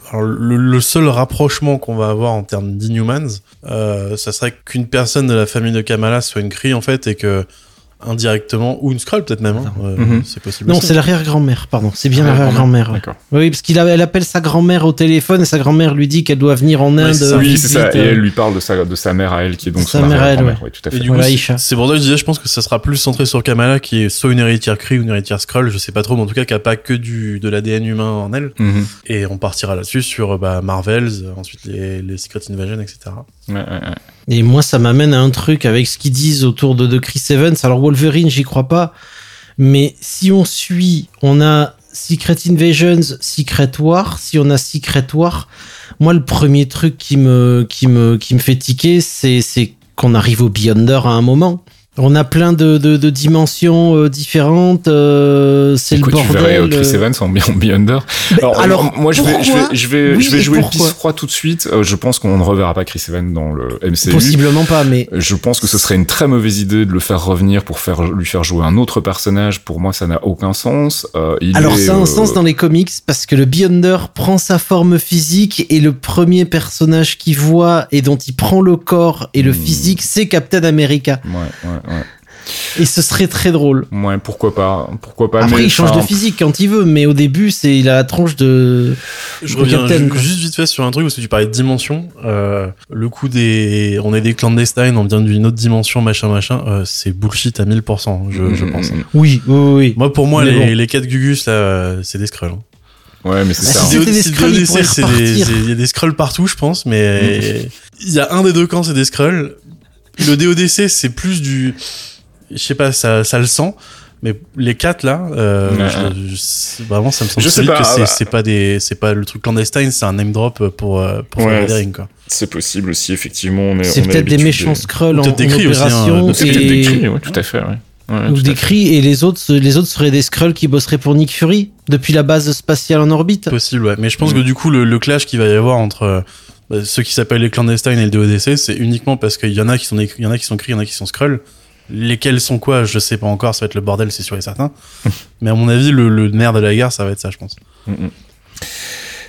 le seul rapprochement qu'on va avoir en termes d'Inhumans, ça serait qu'une personne de la famille de Kamala soit une Kree, en fait, et que indirectement, ou une Skrull peut-être même, c'est possible. Non, aussi. c'est l'arrière-grand-mère, pardon. C'est bien l'arrière-grand-mère. D'accord. Oui, parce elle appelle sa grand-mère au téléphone et sa grand-mère lui dit qu'elle doit venir en Inde. Oui, c'est ça. Et elle lui parle de sa mère à elle, qui est donc son arrière-grand-mère. Oui, tout à fait. Et du coup, c'est pour ça que je disais, je pense que ça sera plus centré sur Kamala, qui est soit une héritière Kree ou une héritière Skrull, je sais pas trop, mais en tout cas, qui a pas que de l'ADN humain en elle. Et on partira là-dessus sur Marvels, ensuite les Secret Invasion, etc. Ouais. Et moi, ça m'amène à un truc avec ce qu'ils disent autour de Chris Evans. Alors, Wolverine, j'y crois pas. Mais si on a Secret Invasions, Secret War. Si on a Secret War, moi, le premier truc qui me fait tiquer, c'est qu'on arrive au Beyonder à un moment. On a plein de dimensions différentes. C'est le bordel. Tu verrais Chris Evans en Beyonder. Alors, moi, je vais jouer le pisse-froid tout de suite. Je pense qu'on ne reverra pas Chris Evans dans le MCU. Possiblement pas, mais je pense que ce serait une très mauvaise idée de le faire revenir pour lui faire jouer un autre personnage. Pour moi, ça n'a aucun sens. Ça a un sens dans les comics parce que le Beyonder prend sa forme physique et le premier personnage qu'il voit et dont il prend le corps et le physique, c'est Captain America. Ouais. Et ce serait très drôle. Ouais, pourquoi pas. Après, il change de physique quand il veut, mais au début, il a la tronche de. Je reviens juste vite fait sur un truc parce que tu parlais de dimension. Le coup on est des clandestines, on vient d'une autre dimension, machin. C'est bullshit à 1000%, je pense. Oui. Moi, pour moi, les 4 Gugus là, c'est des Skrulls. Ouais, mais c'est ça. Si c'était des Skrulls, ils pourraient repartir. Il y a des Skrulls partout, je pense, mais il y a un des deux camps, c'est des Skrulls. Le DODC, c'est plus du... Je sais pas, ça le sent. Mais les 4 là, vraiment, ça me semble que c'est pas le truc clandestine, c'est un name drop pour Weathering, quoi. C'est possible aussi, effectivement. C'est peut-être des méchants Skrulls en opération. C'est peut-être des Kree, ouais, tout à fait, ouais. Ou des Kree, et les autres seraient des Skrulls qui bosseraient pour Nick Fury depuis la base spatiale en orbite. Possible, ouais. Mais je pense que du coup, le clash qu'il va y avoir entre ceux qui s'appellent les clandestines et le DODC, c'est uniquement parce qu'il y en a qui sont Kree, il y en a qui sont Skrulls. Lesquels sont quoi, je sais pas encore, ça va être le bordel, c'est sûr et certain. Mais à mon avis, le nerf de la guerre, ça va être ça, je pense.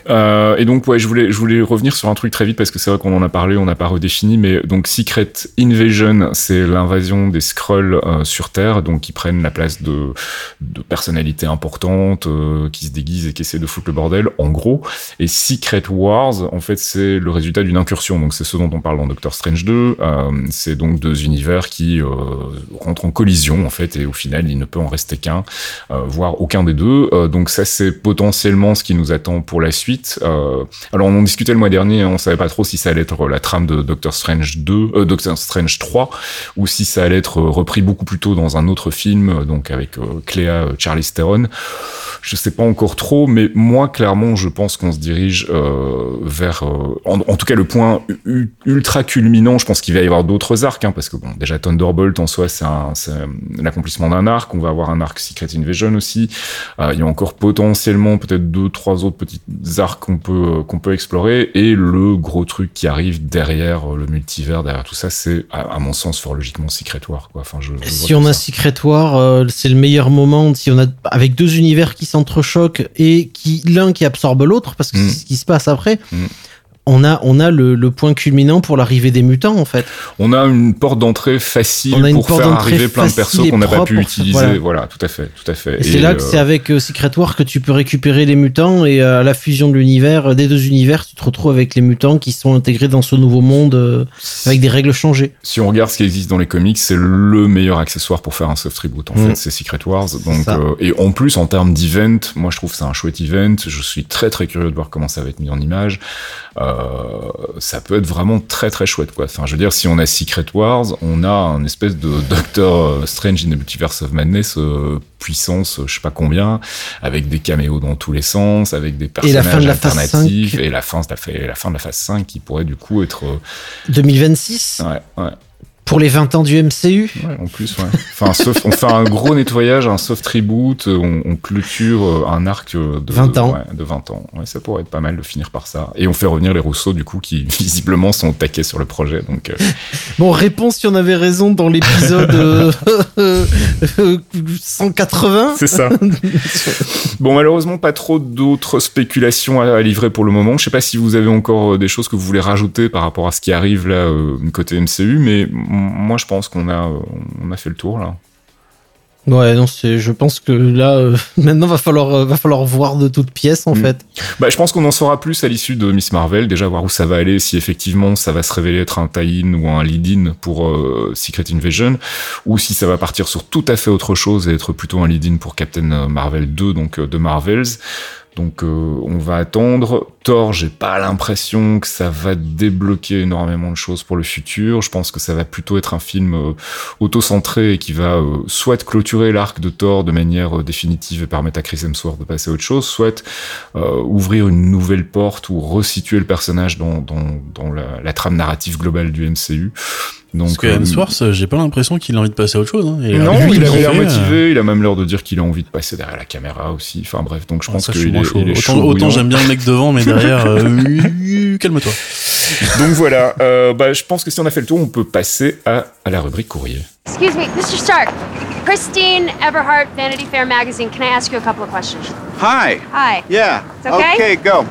Et donc ouais, je voulais revenir sur un truc très vite parce que c'est vrai qu'on en a parlé, on n'a pas redéfini, mais donc Secret Invasion, c'est l'invasion des Skrulls sur Terre, donc qui prennent la place de personnalités importantes, qui se déguisent et qui essaient de foutre le bordel, en gros. Et Secret Wars, en fait, c'est le résultat d'une incursion, donc c'est ce dont on parle dans Doctor Strange 2. C'est donc deux univers qui rentrent en collision, en fait, et au final, il ne peut en rester qu'un, voire aucun des deux. Donc ça, c'est potentiellement ce qui nous attend pour la suite. Alors on en discutait le mois dernier, on savait pas trop si ça allait être la trame de Doctor Strange 2, Doctor Strange 3, ou si ça allait être repris beaucoup plus tôt dans un autre film, donc avec Clea Charlize Theron. Je sais pas encore trop, mais moi clairement je pense qu'on se dirige vers en tout cas le point ultra culminant. Je pense qu'il va y avoir d'autres arcs, parce que bon, déjà Thunderbolt en soi c'est l'accomplissement d'un arc. On va avoir un arc Secret Invasion aussi. Il y a encore potentiellement peut-être 2-3 autres petits arcs qu'on peut explorer, et le gros truc qui arrive derrière le multivers, derrière tout ça, c'est à mon sens fort logiquement Secret War, quoi. Enfin, si on a Secret War, c'est le meilleur moment. Si on a avec deux univers qui s'entrechoquent et l'un qui absorbe l'autre, parce que c'est ce qui se passe après. On a le point culminant pour l'arrivée des mutants, en fait. On a une porte d'entrée facile pour faire arriver plein de persos qu'on n'a pas pu utiliser. Voilà, tout à fait. Et c'est là que c'est avec Secret War que tu peux récupérer les mutants, et à la fusion de l'univers, des deux univers, tu te retrouves avec les mutants qui sont intégrés dans ce nouveau monde avec des règles changées. Si on regarde ce qui existe dans les comics, c'est le meilleur accessoire pour faire un soft reboot, en fait, c'est Secret Wars. Donc, et en plus, en termes d'event, moi je trouve que c'est un chouette event. Je suis très très curieux de voir comment ça va être mis en image. Ça peut être vraiment très très chouette, quoi. Enfin, je veux dire, si on a Secret Wars, on a un espèce de Doctor Strange in the Multiverse of Madness puissance, je sais pas combien, avec des caméos dans tous les sens, avec des personnages alternatifs, et la fin de la phase 5 qui pourrait du coup être 2026. Ouais. Pour les 20 ans du MCU. Ouais, en plus, ouais. Enfin, on fait un gros nettoyage, un soft reboot, on clôture un arc de 20 ans. Ouais, de 20 ans. Ouais, ça pourrait être pas mal de finir par ça. Et on fait revenir les Rousseau, du coup, qui visiblement sont au taquet sur le projet. Donc, Bon, réponse si on avait raison dans l'épisode 180. C'est ça. Bon, malheureusement, pas trop d'autres spéculations à livrer pour le moment. Je sais pas si vous avez encore des choses que vous voulez rajouter par rapport à ce qui arrive là, côté MCU, mais moi je pense qu'on a fait le tour là. Ouais, non, je pense que là, maintenant va falloir voir de toutes pièces en fait. Bah, je pense qu'on en saura plus à l'issue de Miss Marvel, déjà voir où ça va aller, si effectivement ça va se révéler être un tie-in ou un lead-in pour Secret Invasion, ou si ça va partir sur tout à fait autre chose et être plutôt un lead-in pour Captain Marvel 2, donc de Marvels. Donc on va attendre. Thor, j'ai pas l'impression que ça va débloquer énormément de choses pour le futur. Je pense que ça va plutôt être un film auto-centré et qui va soit clôturer l'arc de Thor de manière définitive et permettre à Chris Hemsworth de passer à autre chose, soit ouvrir une nouvelle porte ou resituer le personnage dans la trame narrative globale du MCU. Donc, parce que Hemsworth, j'ai pas l'impression qu'il a envie de passer à autre chose. Hein. Non, il a l'air motivé, il a même l'air de dire qu'il a envie de passer derrière la caméra aussi. Enfin bref, donc je pense qu'il est chaud. Autant j'aime bien le mec devant, mais derrière, calme-toi. Donc voilà, je pense que si on a fait le tour, on peut passer à la rubrique courrier. Excuse me, Mr. Stark. Christine Everhart, Vanity Fair Magazine. Can I ask you a couple of questions? Hi. Hi. Yeah. It's okay? Okay, go.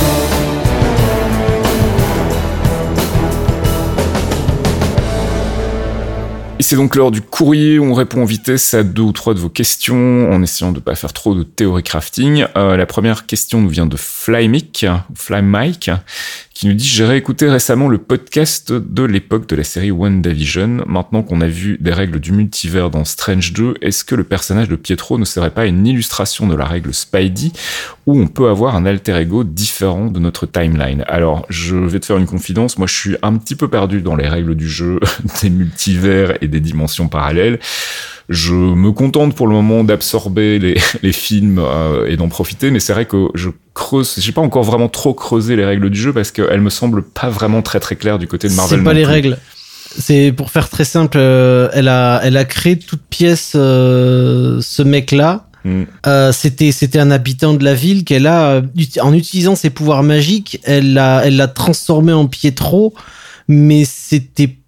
Et c'est donc l'heure du courrier où on répond en vitesse à 2 ou 3 de vos questions en essayant de pas faire trop de théorie crafting. La première question nous vient de Flymike, qui nous dit « J'ai réécouté récemment le podcast de l'époque de la série WandaVision. Maintenant qu'on a vu des règles du multivers dans Strange 2, est-ce que le personnage de Pietro ne serait pas une illustration de la règle Spidey où on peut avoir un alter ego différent de notre timeline ?» Alors, je vais te faire une confidence. Moi, je suis un petit peu perdu dans les règles du jeu, des multivers et des dimensions parallèles. Je me contente pour le moment d'absorber les films et d'en profiter, mais c'est vrai que j'ai pas encore vraiment trop creusé les règles du jeu parce qu'elles me semblent pas vraiment très très claires du côté de Marvel. C'est pas les règles. C'est pour faire très simple, elle a créé toute pièce ce mec-là. C'était un habitant de la ville qu'elle a, en utilisant ses pouvoirs magiques, elle l'a transformé en Pietro, mais c'était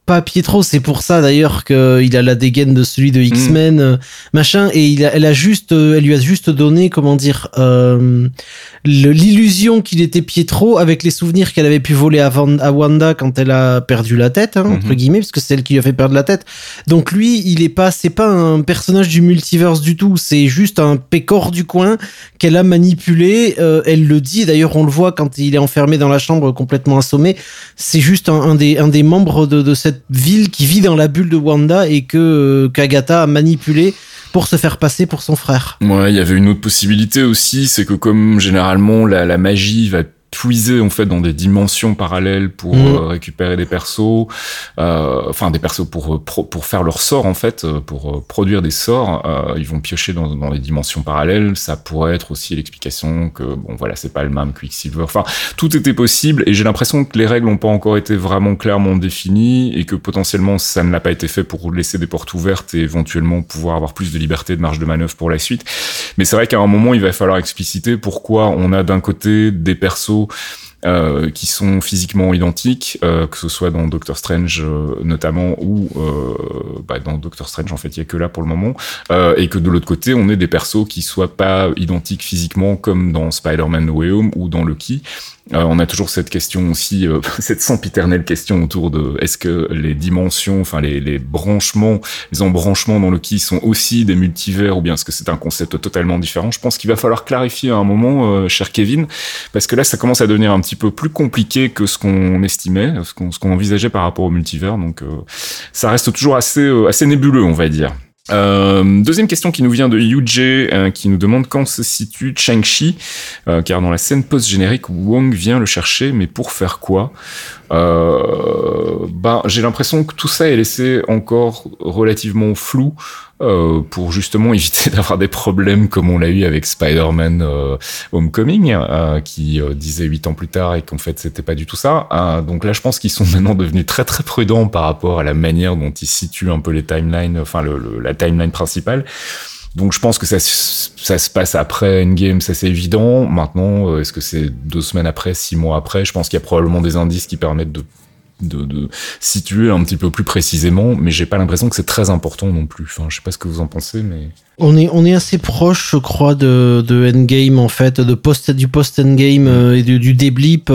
pas Pietro, c'est pour ça d'ailleurs qu'il a la dégaine de celui de X-Men, machin, et elle lui a juste donné, comment dire, l'illusion qu'il était Pietro avec les souvenirs qu'elle avait pu voler à Wanda quand elle a perdu la tête, entre guillemets, parce que c'est elle qui lui a fait perdre la tête. Donc lui, c'est pas un personnage du multiverse du tout, c'est juste un pécor du coin qu'elle a manipulé, elle le dit, d'ailleurs on le voit quand il est enfermé dans la chambre complètement assommé, c'est juste un des membres de cette ville qui vit dans la bulle de Wanda et qu'Agatha a manipulé pour se faire passer pour son frère. Ouais, il y avait une autre possibilité aussi, c'est que comme généralement la magie va puiser en fait dans des dimensions parallèles pour récupérer des persos, des persos pour faire leur sort en fait, pour produire des sorts, ils vont piocher dans les dimensions parallèles. Ça pourrait être aussi l'explication que bon voilà, c'est pas le même Quicksilver. Enfin, tout était possible et j'ai l'impression que les règles n'ont pas encore été vraiment clairement définies et que potentiellement ça ne l'a pas été fait pour laisser des portes ouvertes et éventuellement pouvoir avoir plus de liberté, de marge de manœuvre pour la suite. Mais c'est vrai qu'à un moment il va falloir expliciter pourquoi on a d'un côté des persos qui sont physiquement identiques, que ce soit dans Doctor Strange notamment ou dans Doctor Strange en fait il y a que là pour le moment, et que de l'autre côté on ait des persos qui soient pas identiques physiquement comme dans Spider-Man No Way Home ou dans Loki. On a toujours cette question aussi, cette sempiternelle question autour de est-ce que les dimensions, enfin les branchements, les embranchements dans Loki sont aussi des multivers ou bien est-ce que c'est un concept totalement différent. Je pense qu'il va falloir clarifier à un moment, cher Kevin, parce que là ça commence à devenir un petit peu plus compliqué que ce qu'on estimait, ce qu'on envisageait par rapport au multivers. Donc ça reste toujours assez nébuleux, on va dire. Deuxième question qui nous vient de UJ, qui nous demande quand se situe Shang-Chi, car dans la scène post-générique Wong vient le chercher, mais pour faire quoi? J'ai l'impression que tout ça est laissé encore relativement flou, pour justement éviter d'avoir des problèmes comme on l'a eu avec Spider-Man Homecoming, qui disait 8 ans plus tard et qu'en fait c'était pas du tout ça. Donc là je pense qu'ils sont maintenant devenus très très prudents par rapport à la manière dont ils situent un peu les timelines, enfin la timeline principale. Donc je pense que ça se passe après Endgame, ça c'est évident. Maintenant, est-ce que c'est 2 semaines après, 6 mois après? Je pense qu'il y a probablement des indices qui permettent de situer un petit peu plus précisément, mais j'ai pas l'impression que c'est très important non plus. Enfin, je sais pas ce que vous en pensez, mais on est assez proche, je crois, de Endgame en fait, du post-Endgame et du déblip.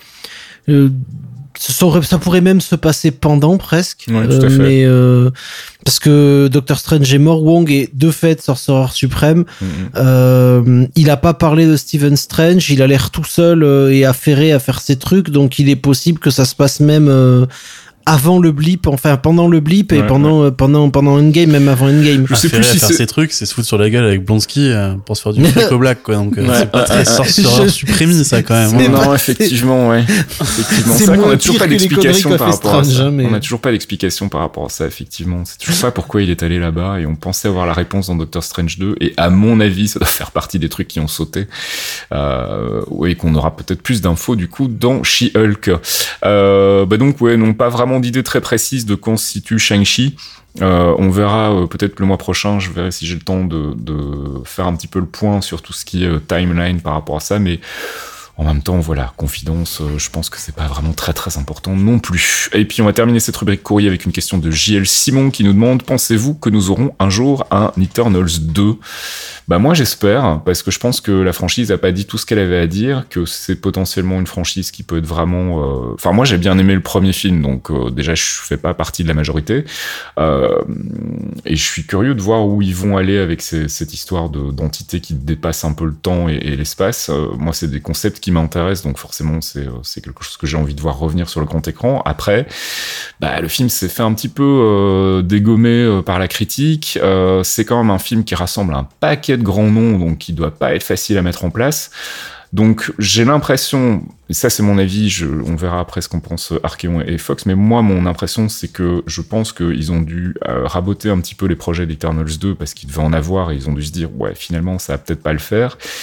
Ça pourrait même se passer pendant presque, ouais, tout à fait. Mais parce que Doctor Strange est mort, Wong est de fait sorcereur suprême. Il a pas parlé de Stephen Strange, il a l'air tout seul et affairé à faire ses trucs, donc il est possible que ça se passe même avant le blip, enfin pendant le blip et pendant Endgame, même avant Endgame. Je sais plus si faire ces trucs, c'est se foutre sur la gueule avec Blonsky pour se faire du fric au black, quoi. Donc c'est pas très sorcereur suprémie, ça, quand même. Non, effectivement, ouais. Effectivement, c'est vrai qu'on a toujours pas d'explication par rapport à ça. On a toujours pas d'explication par rapport à ça, effectivement. C'est toujours pas pourquoi il est allé là-bas et on pensait avoir la réponse dans Doctor Strange 2 et à mon avis, ça doit faire partie des trucs qui ont sauté. Et qu'on aura peut-être plus d'infos, du coup, dans She-Hulk. Donc, ouais, non, pas vraiment d'idée très précise de quand se situe Shang-Chi. On verra peut-être le mois prochain, je verrai si j'ai le temps de faire un petit peu le point sur tout ce qui est timeline par rapport à ça, mais en même temps, voilà, confidence, je pense que c'est pas vraiment très très important non plus. Et puis on va terminer cette rubrique courrier avec une question de JL Simon qui nous demande: pensez-vous que nous aurons un jour un Eternals 2 ? Moi j'espère, parce que je pense que la franchise a pas dit tout ce qu'elle avait à dire, que c'est potentiellement une franchise qui peut être vraiment... Enfin moi j'ai bien aimé le premier film, donc déjà je fais pas partie de la majorité, et je suis curieux de voir où ils vont aller avec cette histoire d'entité qui dépasse un peu le temps et l'espace. Moi c'est des concepts qui m'intéressent, donc forcément c'est quelque chose que j'ai envie de voir revenir sur le grand écran. Après, le film s'est fait un petit peu dégommer par la critique. C'est quand même un film qui rassemble un paquet de grands noms, donc qui doit pas être facile à mettre en place. Donc j'ai l'impression, et ça c'est mon avis, on verra après ce qu'en pense Archeon et Fox, mais moi mon impression c'est que je pense qu'ils ont dû raboter un petit peu les projets d'Eternals 2 parce qu'ils devaient en avoir et ils ont dû se dire ouais finalement ça va peut-être pas le faire.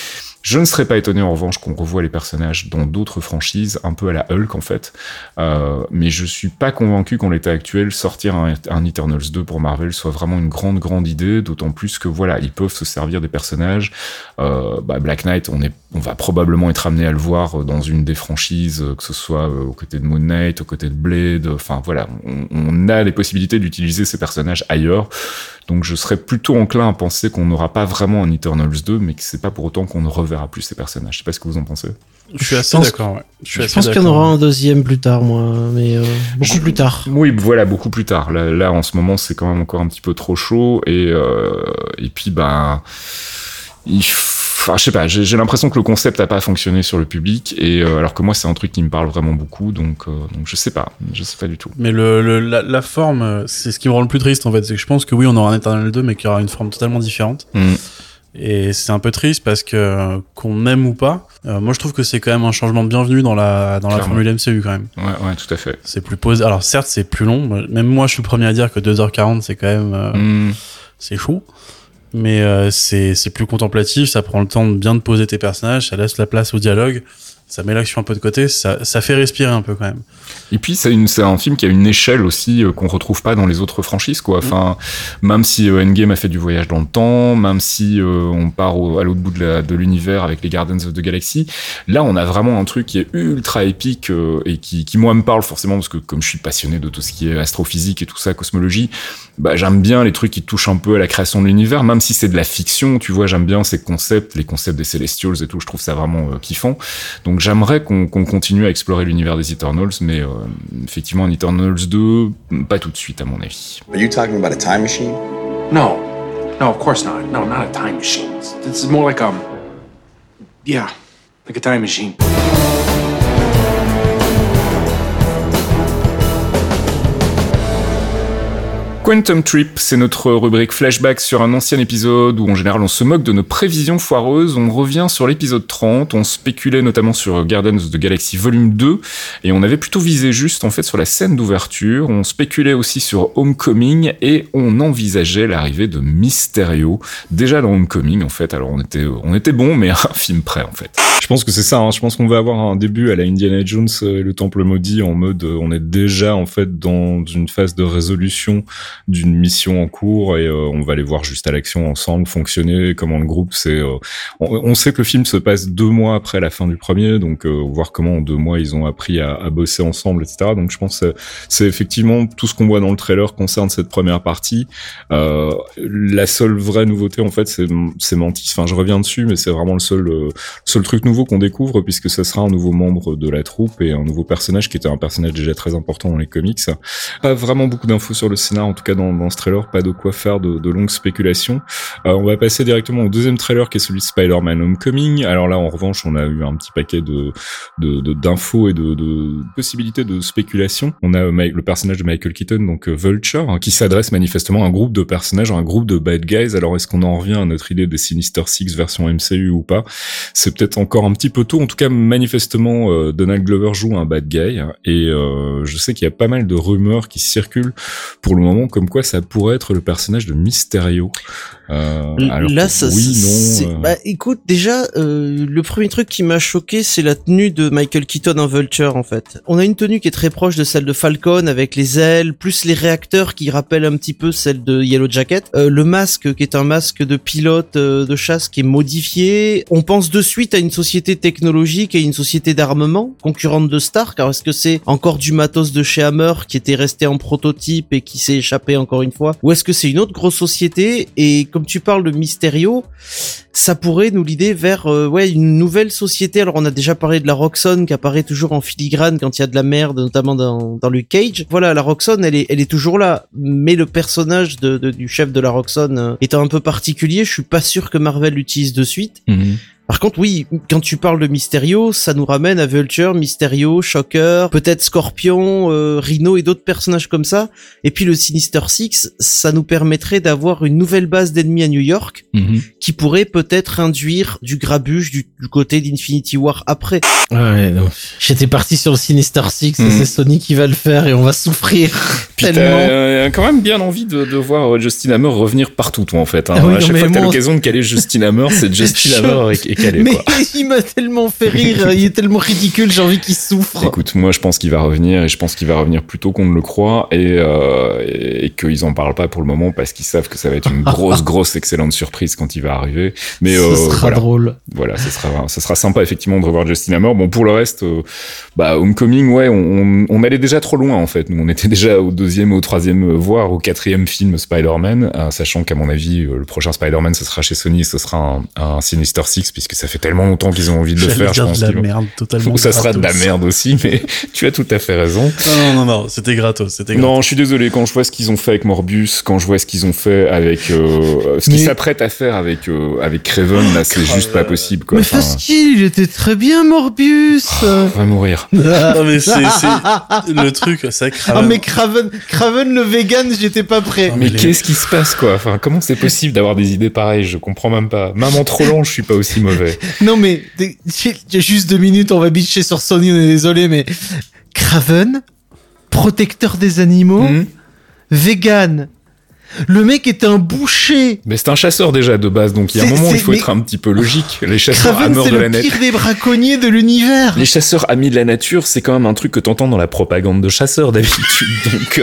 Je ne serais pas étonné en revanche qu'on revoie les personnages dans d'autres franchises, un peu à la Hulk en fait, mais je suis pas convaincu qu'en l'état actuel, sortir un Eternals 2 pour Marvel soit vraiment une grande idée, d'autant plus que voilà, ils peuvent se servir des personnages. Black Knight, on va probablement être amené à le voir dans une des franchises, que ce soit aux côtés de Moon Knight, aux côtés de Blade, enfin voilà, on a les possibilités d'utiliser ces personnages ailleurs, donc je serais plutôt enclin à penser qu'on n'aura pas vraiment un Eternals 2, mais que c'est pas pour autant qu'on ne reverra plus ces personnages. Je sais pas ce que vous en pensez. Je suis assez d'accord, ouais. Je pense qu'il y en aura un deuxième plus tard, moi, mais beaucoup plus tard. Oui, voilà, beaucoup plus tard. Là, en ce moment, c'est quand même encore un petit peu trop chaud, et puis, je sais pas, j'ai l'impression que le concept a pas fonctionné sur le public, et alors que moi c'est un truc qui me parle vraiment beaucoup, donc je sais pas du tout. Mais la forme, c'est ce qui me rend le plus triste en fait, c'est que je pense que oui, on aura un Eternal 2, mais qu'il y aura une forme totalement différente. Et c'est un peu triste parce que qu'on aime ou pas, moi je trouve que c'est quand même un changement bienvenu dans la formule MCU quand même. Ouais, tout à fait. C'est plus posé. Alors certes, c'est plus long. Même moi, je suis le premier à dire que 2h40, c'est quand même c'est chaud. Mais c'est plus contemplatif, ça prend le temps de bien de poser tes personnages, ça laisse la place au dialogue, ça met l'action un peu de côté, ça fait respirer un peu quand même. Et puis c'est un film qui a une échelle aussi qu'on retrouve pas dans les autres franchises, quoi. Enfin, même si Endgame a fait du voyage dans le temps, même si on part à l'autre bout de l'univers avec les Guardians of the Galaxy, là on a vraiment un truc qui est ultra épique et qui moi me parle forcément parce que comme je suis passionné de tout ce qui est astrophysique et tout ça, cosmologie, j'aime bien les trucs qui touchent un peu à la création de l'univers, même si c'est de la fiction, tu vois, j'aime bien ces concepts, les concepts des Celestials et tout, je trouve ça vraiment kiffant. Donc j'aimerais qu'on continue à explorer l'univers des Eternals, mais effectivement un Eternals 2, pas tout de suite à mon avis. Are you talking about a time machine? No, of course not. No, not a time machine. This is more like like a time machine. Quantum Trip, c'est notre rubrique flashback sur un ancien épisode où en général on se moque de nos prévisions foireuses. On revient sur l'épisode 30, on spéculait notamment sur Guardians of the Galaxy Volume 2 et on avait plutôt visé juste en fait sur la scène d'ouverture. On spéculait aussi sur Homecoming et on envisageait l'arrivée de Mysterio. Déjà dans Homecoming en fait, alors on était bon mais un film prêt en fait. Je pense que c'est ça, je pense qu'on va avoir un début à la Indiana Jones et le Temple Maudit en mode on est déjà en fait dans une phase de résolution d'une mission en cours et on va les voir juste à l'action ensemble fonctionner, comment le groupe on sait que le film se passe 2 mois après la fin du premier, donc voir comment en 2 mois ils ont appris à bosser ensemble, etc. Donc je pense que c'est effectivement tout ce qu'on voit dans le trailer concerne cette première partie. La seule vraie nouveauté en fait c'est Mantis, enfin je reviens dessus mais c'est vraiment le seul truc nouveau qu'on découvre puisque ce sera un nouveau membre de la troupe et un nouveau personnage qui était un personnage déjà très important dans les comics. Pas vraiment beaucoup d'infos sur le scénar, en tout cas dans ce trailer, pas de quoi faire de longues spéculations. On va passer directement au deuxième trailer qui est celui de Spider-Man Homecoming. Alors là en revanche on a eu un petit paquet d'infos et de possibilités de spéculation. On a le personnage de Michael Keaton, donc Vulture, qui s'adresse manifestement à un groupe de personnages, un groupe de bad guys. Alors est-ce qu'on en revient à notre idée des Sinister Six version MCU ou pas? C'est peut-être encore un petit peu tôt. En tout cas manifestement Donald Glover joue un bad guy et je sais qu'il y a pas mal de rumeurs qui circulent pour le moment comme quoi ça pourrait être le personnage de Mysterio. Alors là, écoute, déjà, le premier truc qui m'a choqué, c'est la tenue de Michael Keaton en Vulture, en fait. On a une tenue qui est très proche de celle de Falcon, avec les ailes, plus les réacteurs qui rappellent un petit peu celle de Yellow Jacket. Le masque, qui est un masque de pilote de chasse, qui est modifié. On pense de suite à une société technologique et une société d'armement, concurrente de Stark. Alors, est-ce que c'est encore du matos de chez Hammer, qui était resté en prototype et qui s'est échappé encore une fois? Ou est-ce que c'est une autre grosse société? Et comme tu parles de Mysterio, ça pourrait nous l'idée vers une nouvelle société. Alors on a déjà parlé de la Roxxon qui apparaît toujours en filigrane quand il y a de la merde, notamment dans Luke Cage. Voilà, la Roxxon elle est toujours là, mais le personnage du chef de la Roxxon étant un peu particulier, je suis pas sûr que Marvel l'utilise de suite. Par contre, oui, quand tu parles de Mysterio, ça nous ramène à Vulture, Mysterio, Shocker, peut-être Scorpion, Rhino et d'autres personnages comme ça. Et puis le Sinister Six, ça nous permettrait d'avoir une nouvelle base d'ennemis à New York qui pourrait peut-être induire du grabuge du côté d'Infinity War après. Ouais, non. J'étais parti sur le Sinister Six et c'est Sony qui va le faire et on va souffrir tellement. T'as quand même bien envie de voir Justin Hammer revenir partout, toi, en fait. Hein. Oui, à chaque fois que t'as l'occasion de caler Justin Hammer, c'est Justin Hammer et décalé. Mais quoi. il m'a tellement fait rire, il est tellement ridicule, j'ai envie qu'il souffre. Écoute, moi je pense qu'il va revenir et je pense qu'il va revenir plus tôt qu'on ne le croit et qu'ils en parlent pas pour le moment parce qu'ils savent que ça va être une grosse excellente surprise quand il va arriver. Mais ce sera drôle. Voilà, ça sera sympa effectivement de revoir Justin Hammer. Bon, pour le reste, Homecoming, ouais, on allait déjà trop loin en fait. Nous, on était déjà au 2e, au 3e, voire au 4e film Spider-Man, sachant qu'à mon avis, le prochain Spider-Man, ce sera chez Sony, ce sera un Sinister Six, puisque ça fait tellement longtemps qu'ils ont envie de le faire. Je pense de la merde, totalement. Ça sera de la merde aussi, mais tu as tout à fait raison. Non, c'était gratos. Non, je suis désolé, quand je vois ce qu'ils ont fait avec Morbius, quand je vois ce qu'ils ont fait avec ce qu'ils s'apprêtent à faire avec Kraven, là, c'est juste pas possible, quoi. Mais facile, il était très bien, Morbius. On va mourir. Non, mais c'est le truc, c'est Kraven. Ah, mais Kraven le vegan, j'étais pas prêt. Mais qu'est-ce qui se passe, quoi? Enfin, comment c'est possible d'avoir des idées pareilles? Je comprends même pas. Même en trop long, je suis pas aussi mauvais. Non, mais, j'ai juste 2 minutes, on va bitcher sur Sony, on est désolé, mais Kraven, protecteur des animaux, vegan. Le mec est un boucher. Mais c'est un chasseur déjà de base, donc il y a un moment où il faut être un petit peu logique. Les chasseurs Kraven, amours de la nature. c'est le pire des braconniers de l'univers. Les chasseurs amis de la nature, c'est quand même un truc que t'entends dans la propagande de chasseurs d'habitude, donc...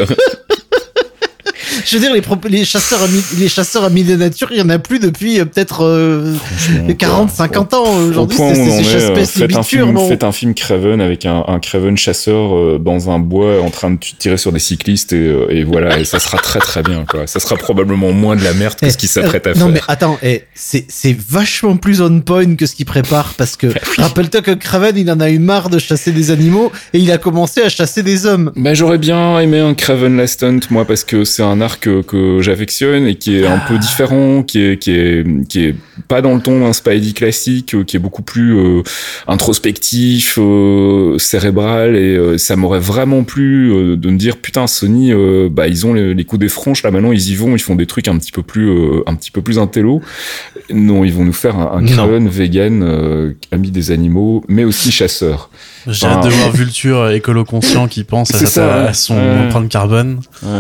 Je veux dire, les chasseurs amis de la nature, il y en a plus depuis peut-être 40-50 ans. Aujourd'hui, c'est faites un film Kraven avec un Kraven chasseur dans un bois en train de tirer sur des cyclistes et voilà, et ça sera très très bien, quoi. Ça sera probablement moins de la merde que ce qu'il s'apprête à faire. Non mais attends, c'est vachement plus on point que ce qu'il prépare parce que rappelle-toi que Kraven, il en a eu marre de chasser des animaux et il a commencé à chasser des hommes. Bah j'aurais bien aimé un Kraven Last Hunt, moi, parce que c'est un arc que j'affectionne et qui est un peu différent, qui est pas dans le ton d'un Spidey classique, qui est beaucoup plus introspectif, cérébral, et ça m'aurait vraiment plu de me dire putain, Sony, ils ont les coups des franches là, maintenant ils y vont, ils font des trucs un petit peu plus intello. Non, ils vont nous faire un Kraven vegan, ami des animaux, mais aussi chasseur. J'ai hâte de voir Vulture écolo-conscient qui pense à son empreinte carbone.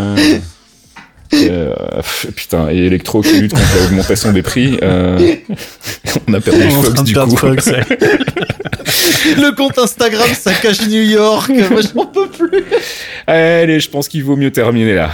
Putain, et Electro qui lutte contre l'augmentation des prix. On a perdu Fox du coup. Fox, ouais. Le compte Instagram saccage New York. Moi, j'en peux plus. Allez, je pense qu'il vaut mieux terminer là.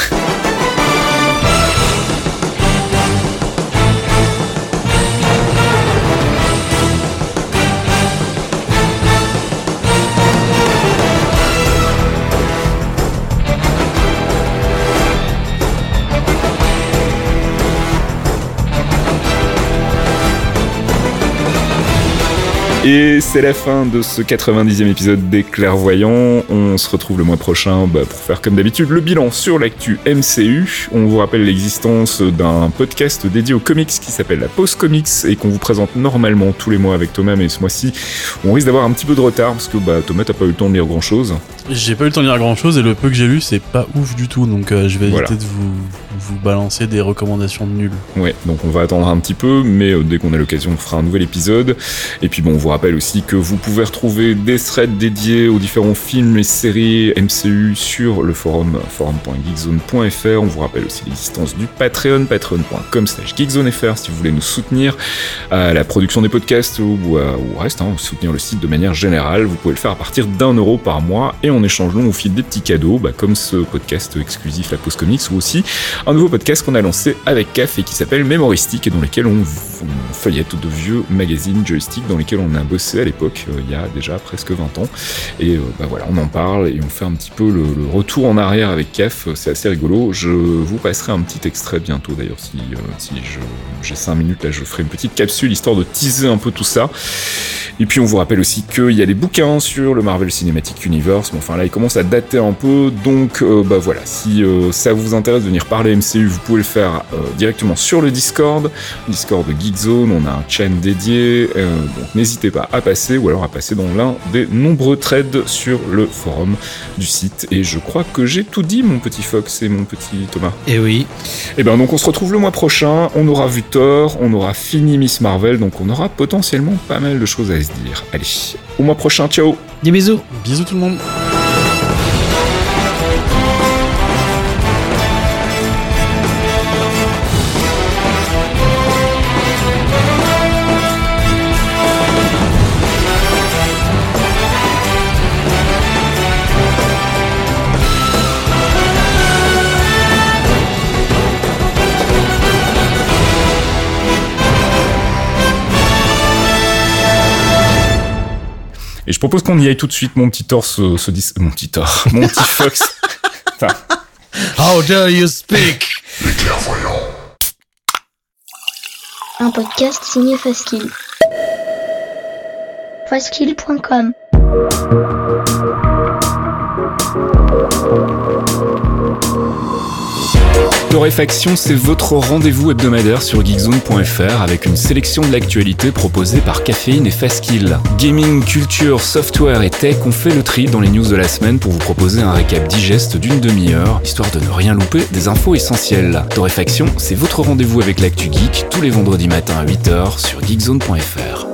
Et c'est la fin de ce 90e épisode des Clairvoyants. On se retrouve le mois prochain pour faire comme d'habitude le bilan sur l'actu MCU. On vous rappelle l'existence d'un podcast dédié aux comics qui s'appelle La Pause Comics et qu'on vous présente normalement tous les mois avec Thomas, mais ce mois-ci on risque d'avoir un petit peu de retard parce que Thomas t'as pas eu le temps de lire grand chose. J'ai pas eu le temps de lire grand chose et le peu que j'ai lu c'est pas ouf du tout, donc je vais éviter de vous balancer des recommandations nulles. Ouais, donc on va attendre un petit peu, mais dès qu'on a l'occasion on fera un nouvel épisode. Et puis on vous rappelle aussi que vous pouvez retrouver des threads dédiés aux différents films et séries MCU sur le forum.geekzone.fr. On vous rappelle aussi l'existence du Patreon, patreon.com/geekzonefr si vous voulez nous soutenir à la production des podcasts ou au reste, soutenir le site de manière générale. Vous pouvez le faire à partir d'€1 par mois et en échange, on vous file des petits cadeaux, comme ce podcast exclusif La Pause Comics, ou aussi un nouveau podcast qu'on a lancé avec CAF et qui s'appelle Mémoristique et dans lequel on feuillette de vieux magazines joystick dans lesquels on a bossé à l'époque, il y a déjà presque 20 ans. Et voilà, on en parle et on fait un petit peu le retour en arrière avec CAF, c'est assez rigolo. Je vous passerai un petit extrait bientôt d'ailleurs, si j'ai 5 minutes là, je ferai une petite capsule histoire de teaser un peu tout ça. Et puis on vous rappelle aussi qu'il y a des bouquins sur le Marvel Cinematic Universe, mais enfin là il commence à dater un peu, donc voilà, si ça vous intéresse de venir parler MCU, vous pouvez le faire directement sur le Discord de Geekzone, on a un chaîne dédié, donc n'hésitez pas à passer, ou alors à passer dans l'un des nombreux threads sur le forum du site. Et je crois que j'ai tout dit, mon petit Fox et mon petit Thomas. Et oui. Et ben donc on se retrouve le mois prochain, on aura vu Thor, on aura fini Miss Marvel, donc on aura potentiellement pas mal de choses à se dire. Allez, au mois prochain, ciao. Des bisous. Bisous tout le monde. Et je propose qu'on y aille tout de suite, mon petit Thor mon petit Fox. Enfin. How dare you speak? Un podcast signé Fastkill. Fastkill.com. Torréfaction, c'est votre rendez-vous hebdomadaire sur geekzone.fr avec une sélection de l'actualité proposée par Caféine et Fastkill. Gaming, culture, software et tech, on fait le tri dans les news de la semaine pour vous proposer un récap digeste d'une demi-heure, histoire de ne rien louper des infos essentielles. Torréfaction, c'est votre rendez-vous avec l'actu geek tous les vendredis matins à 8h sur geekzone.fr.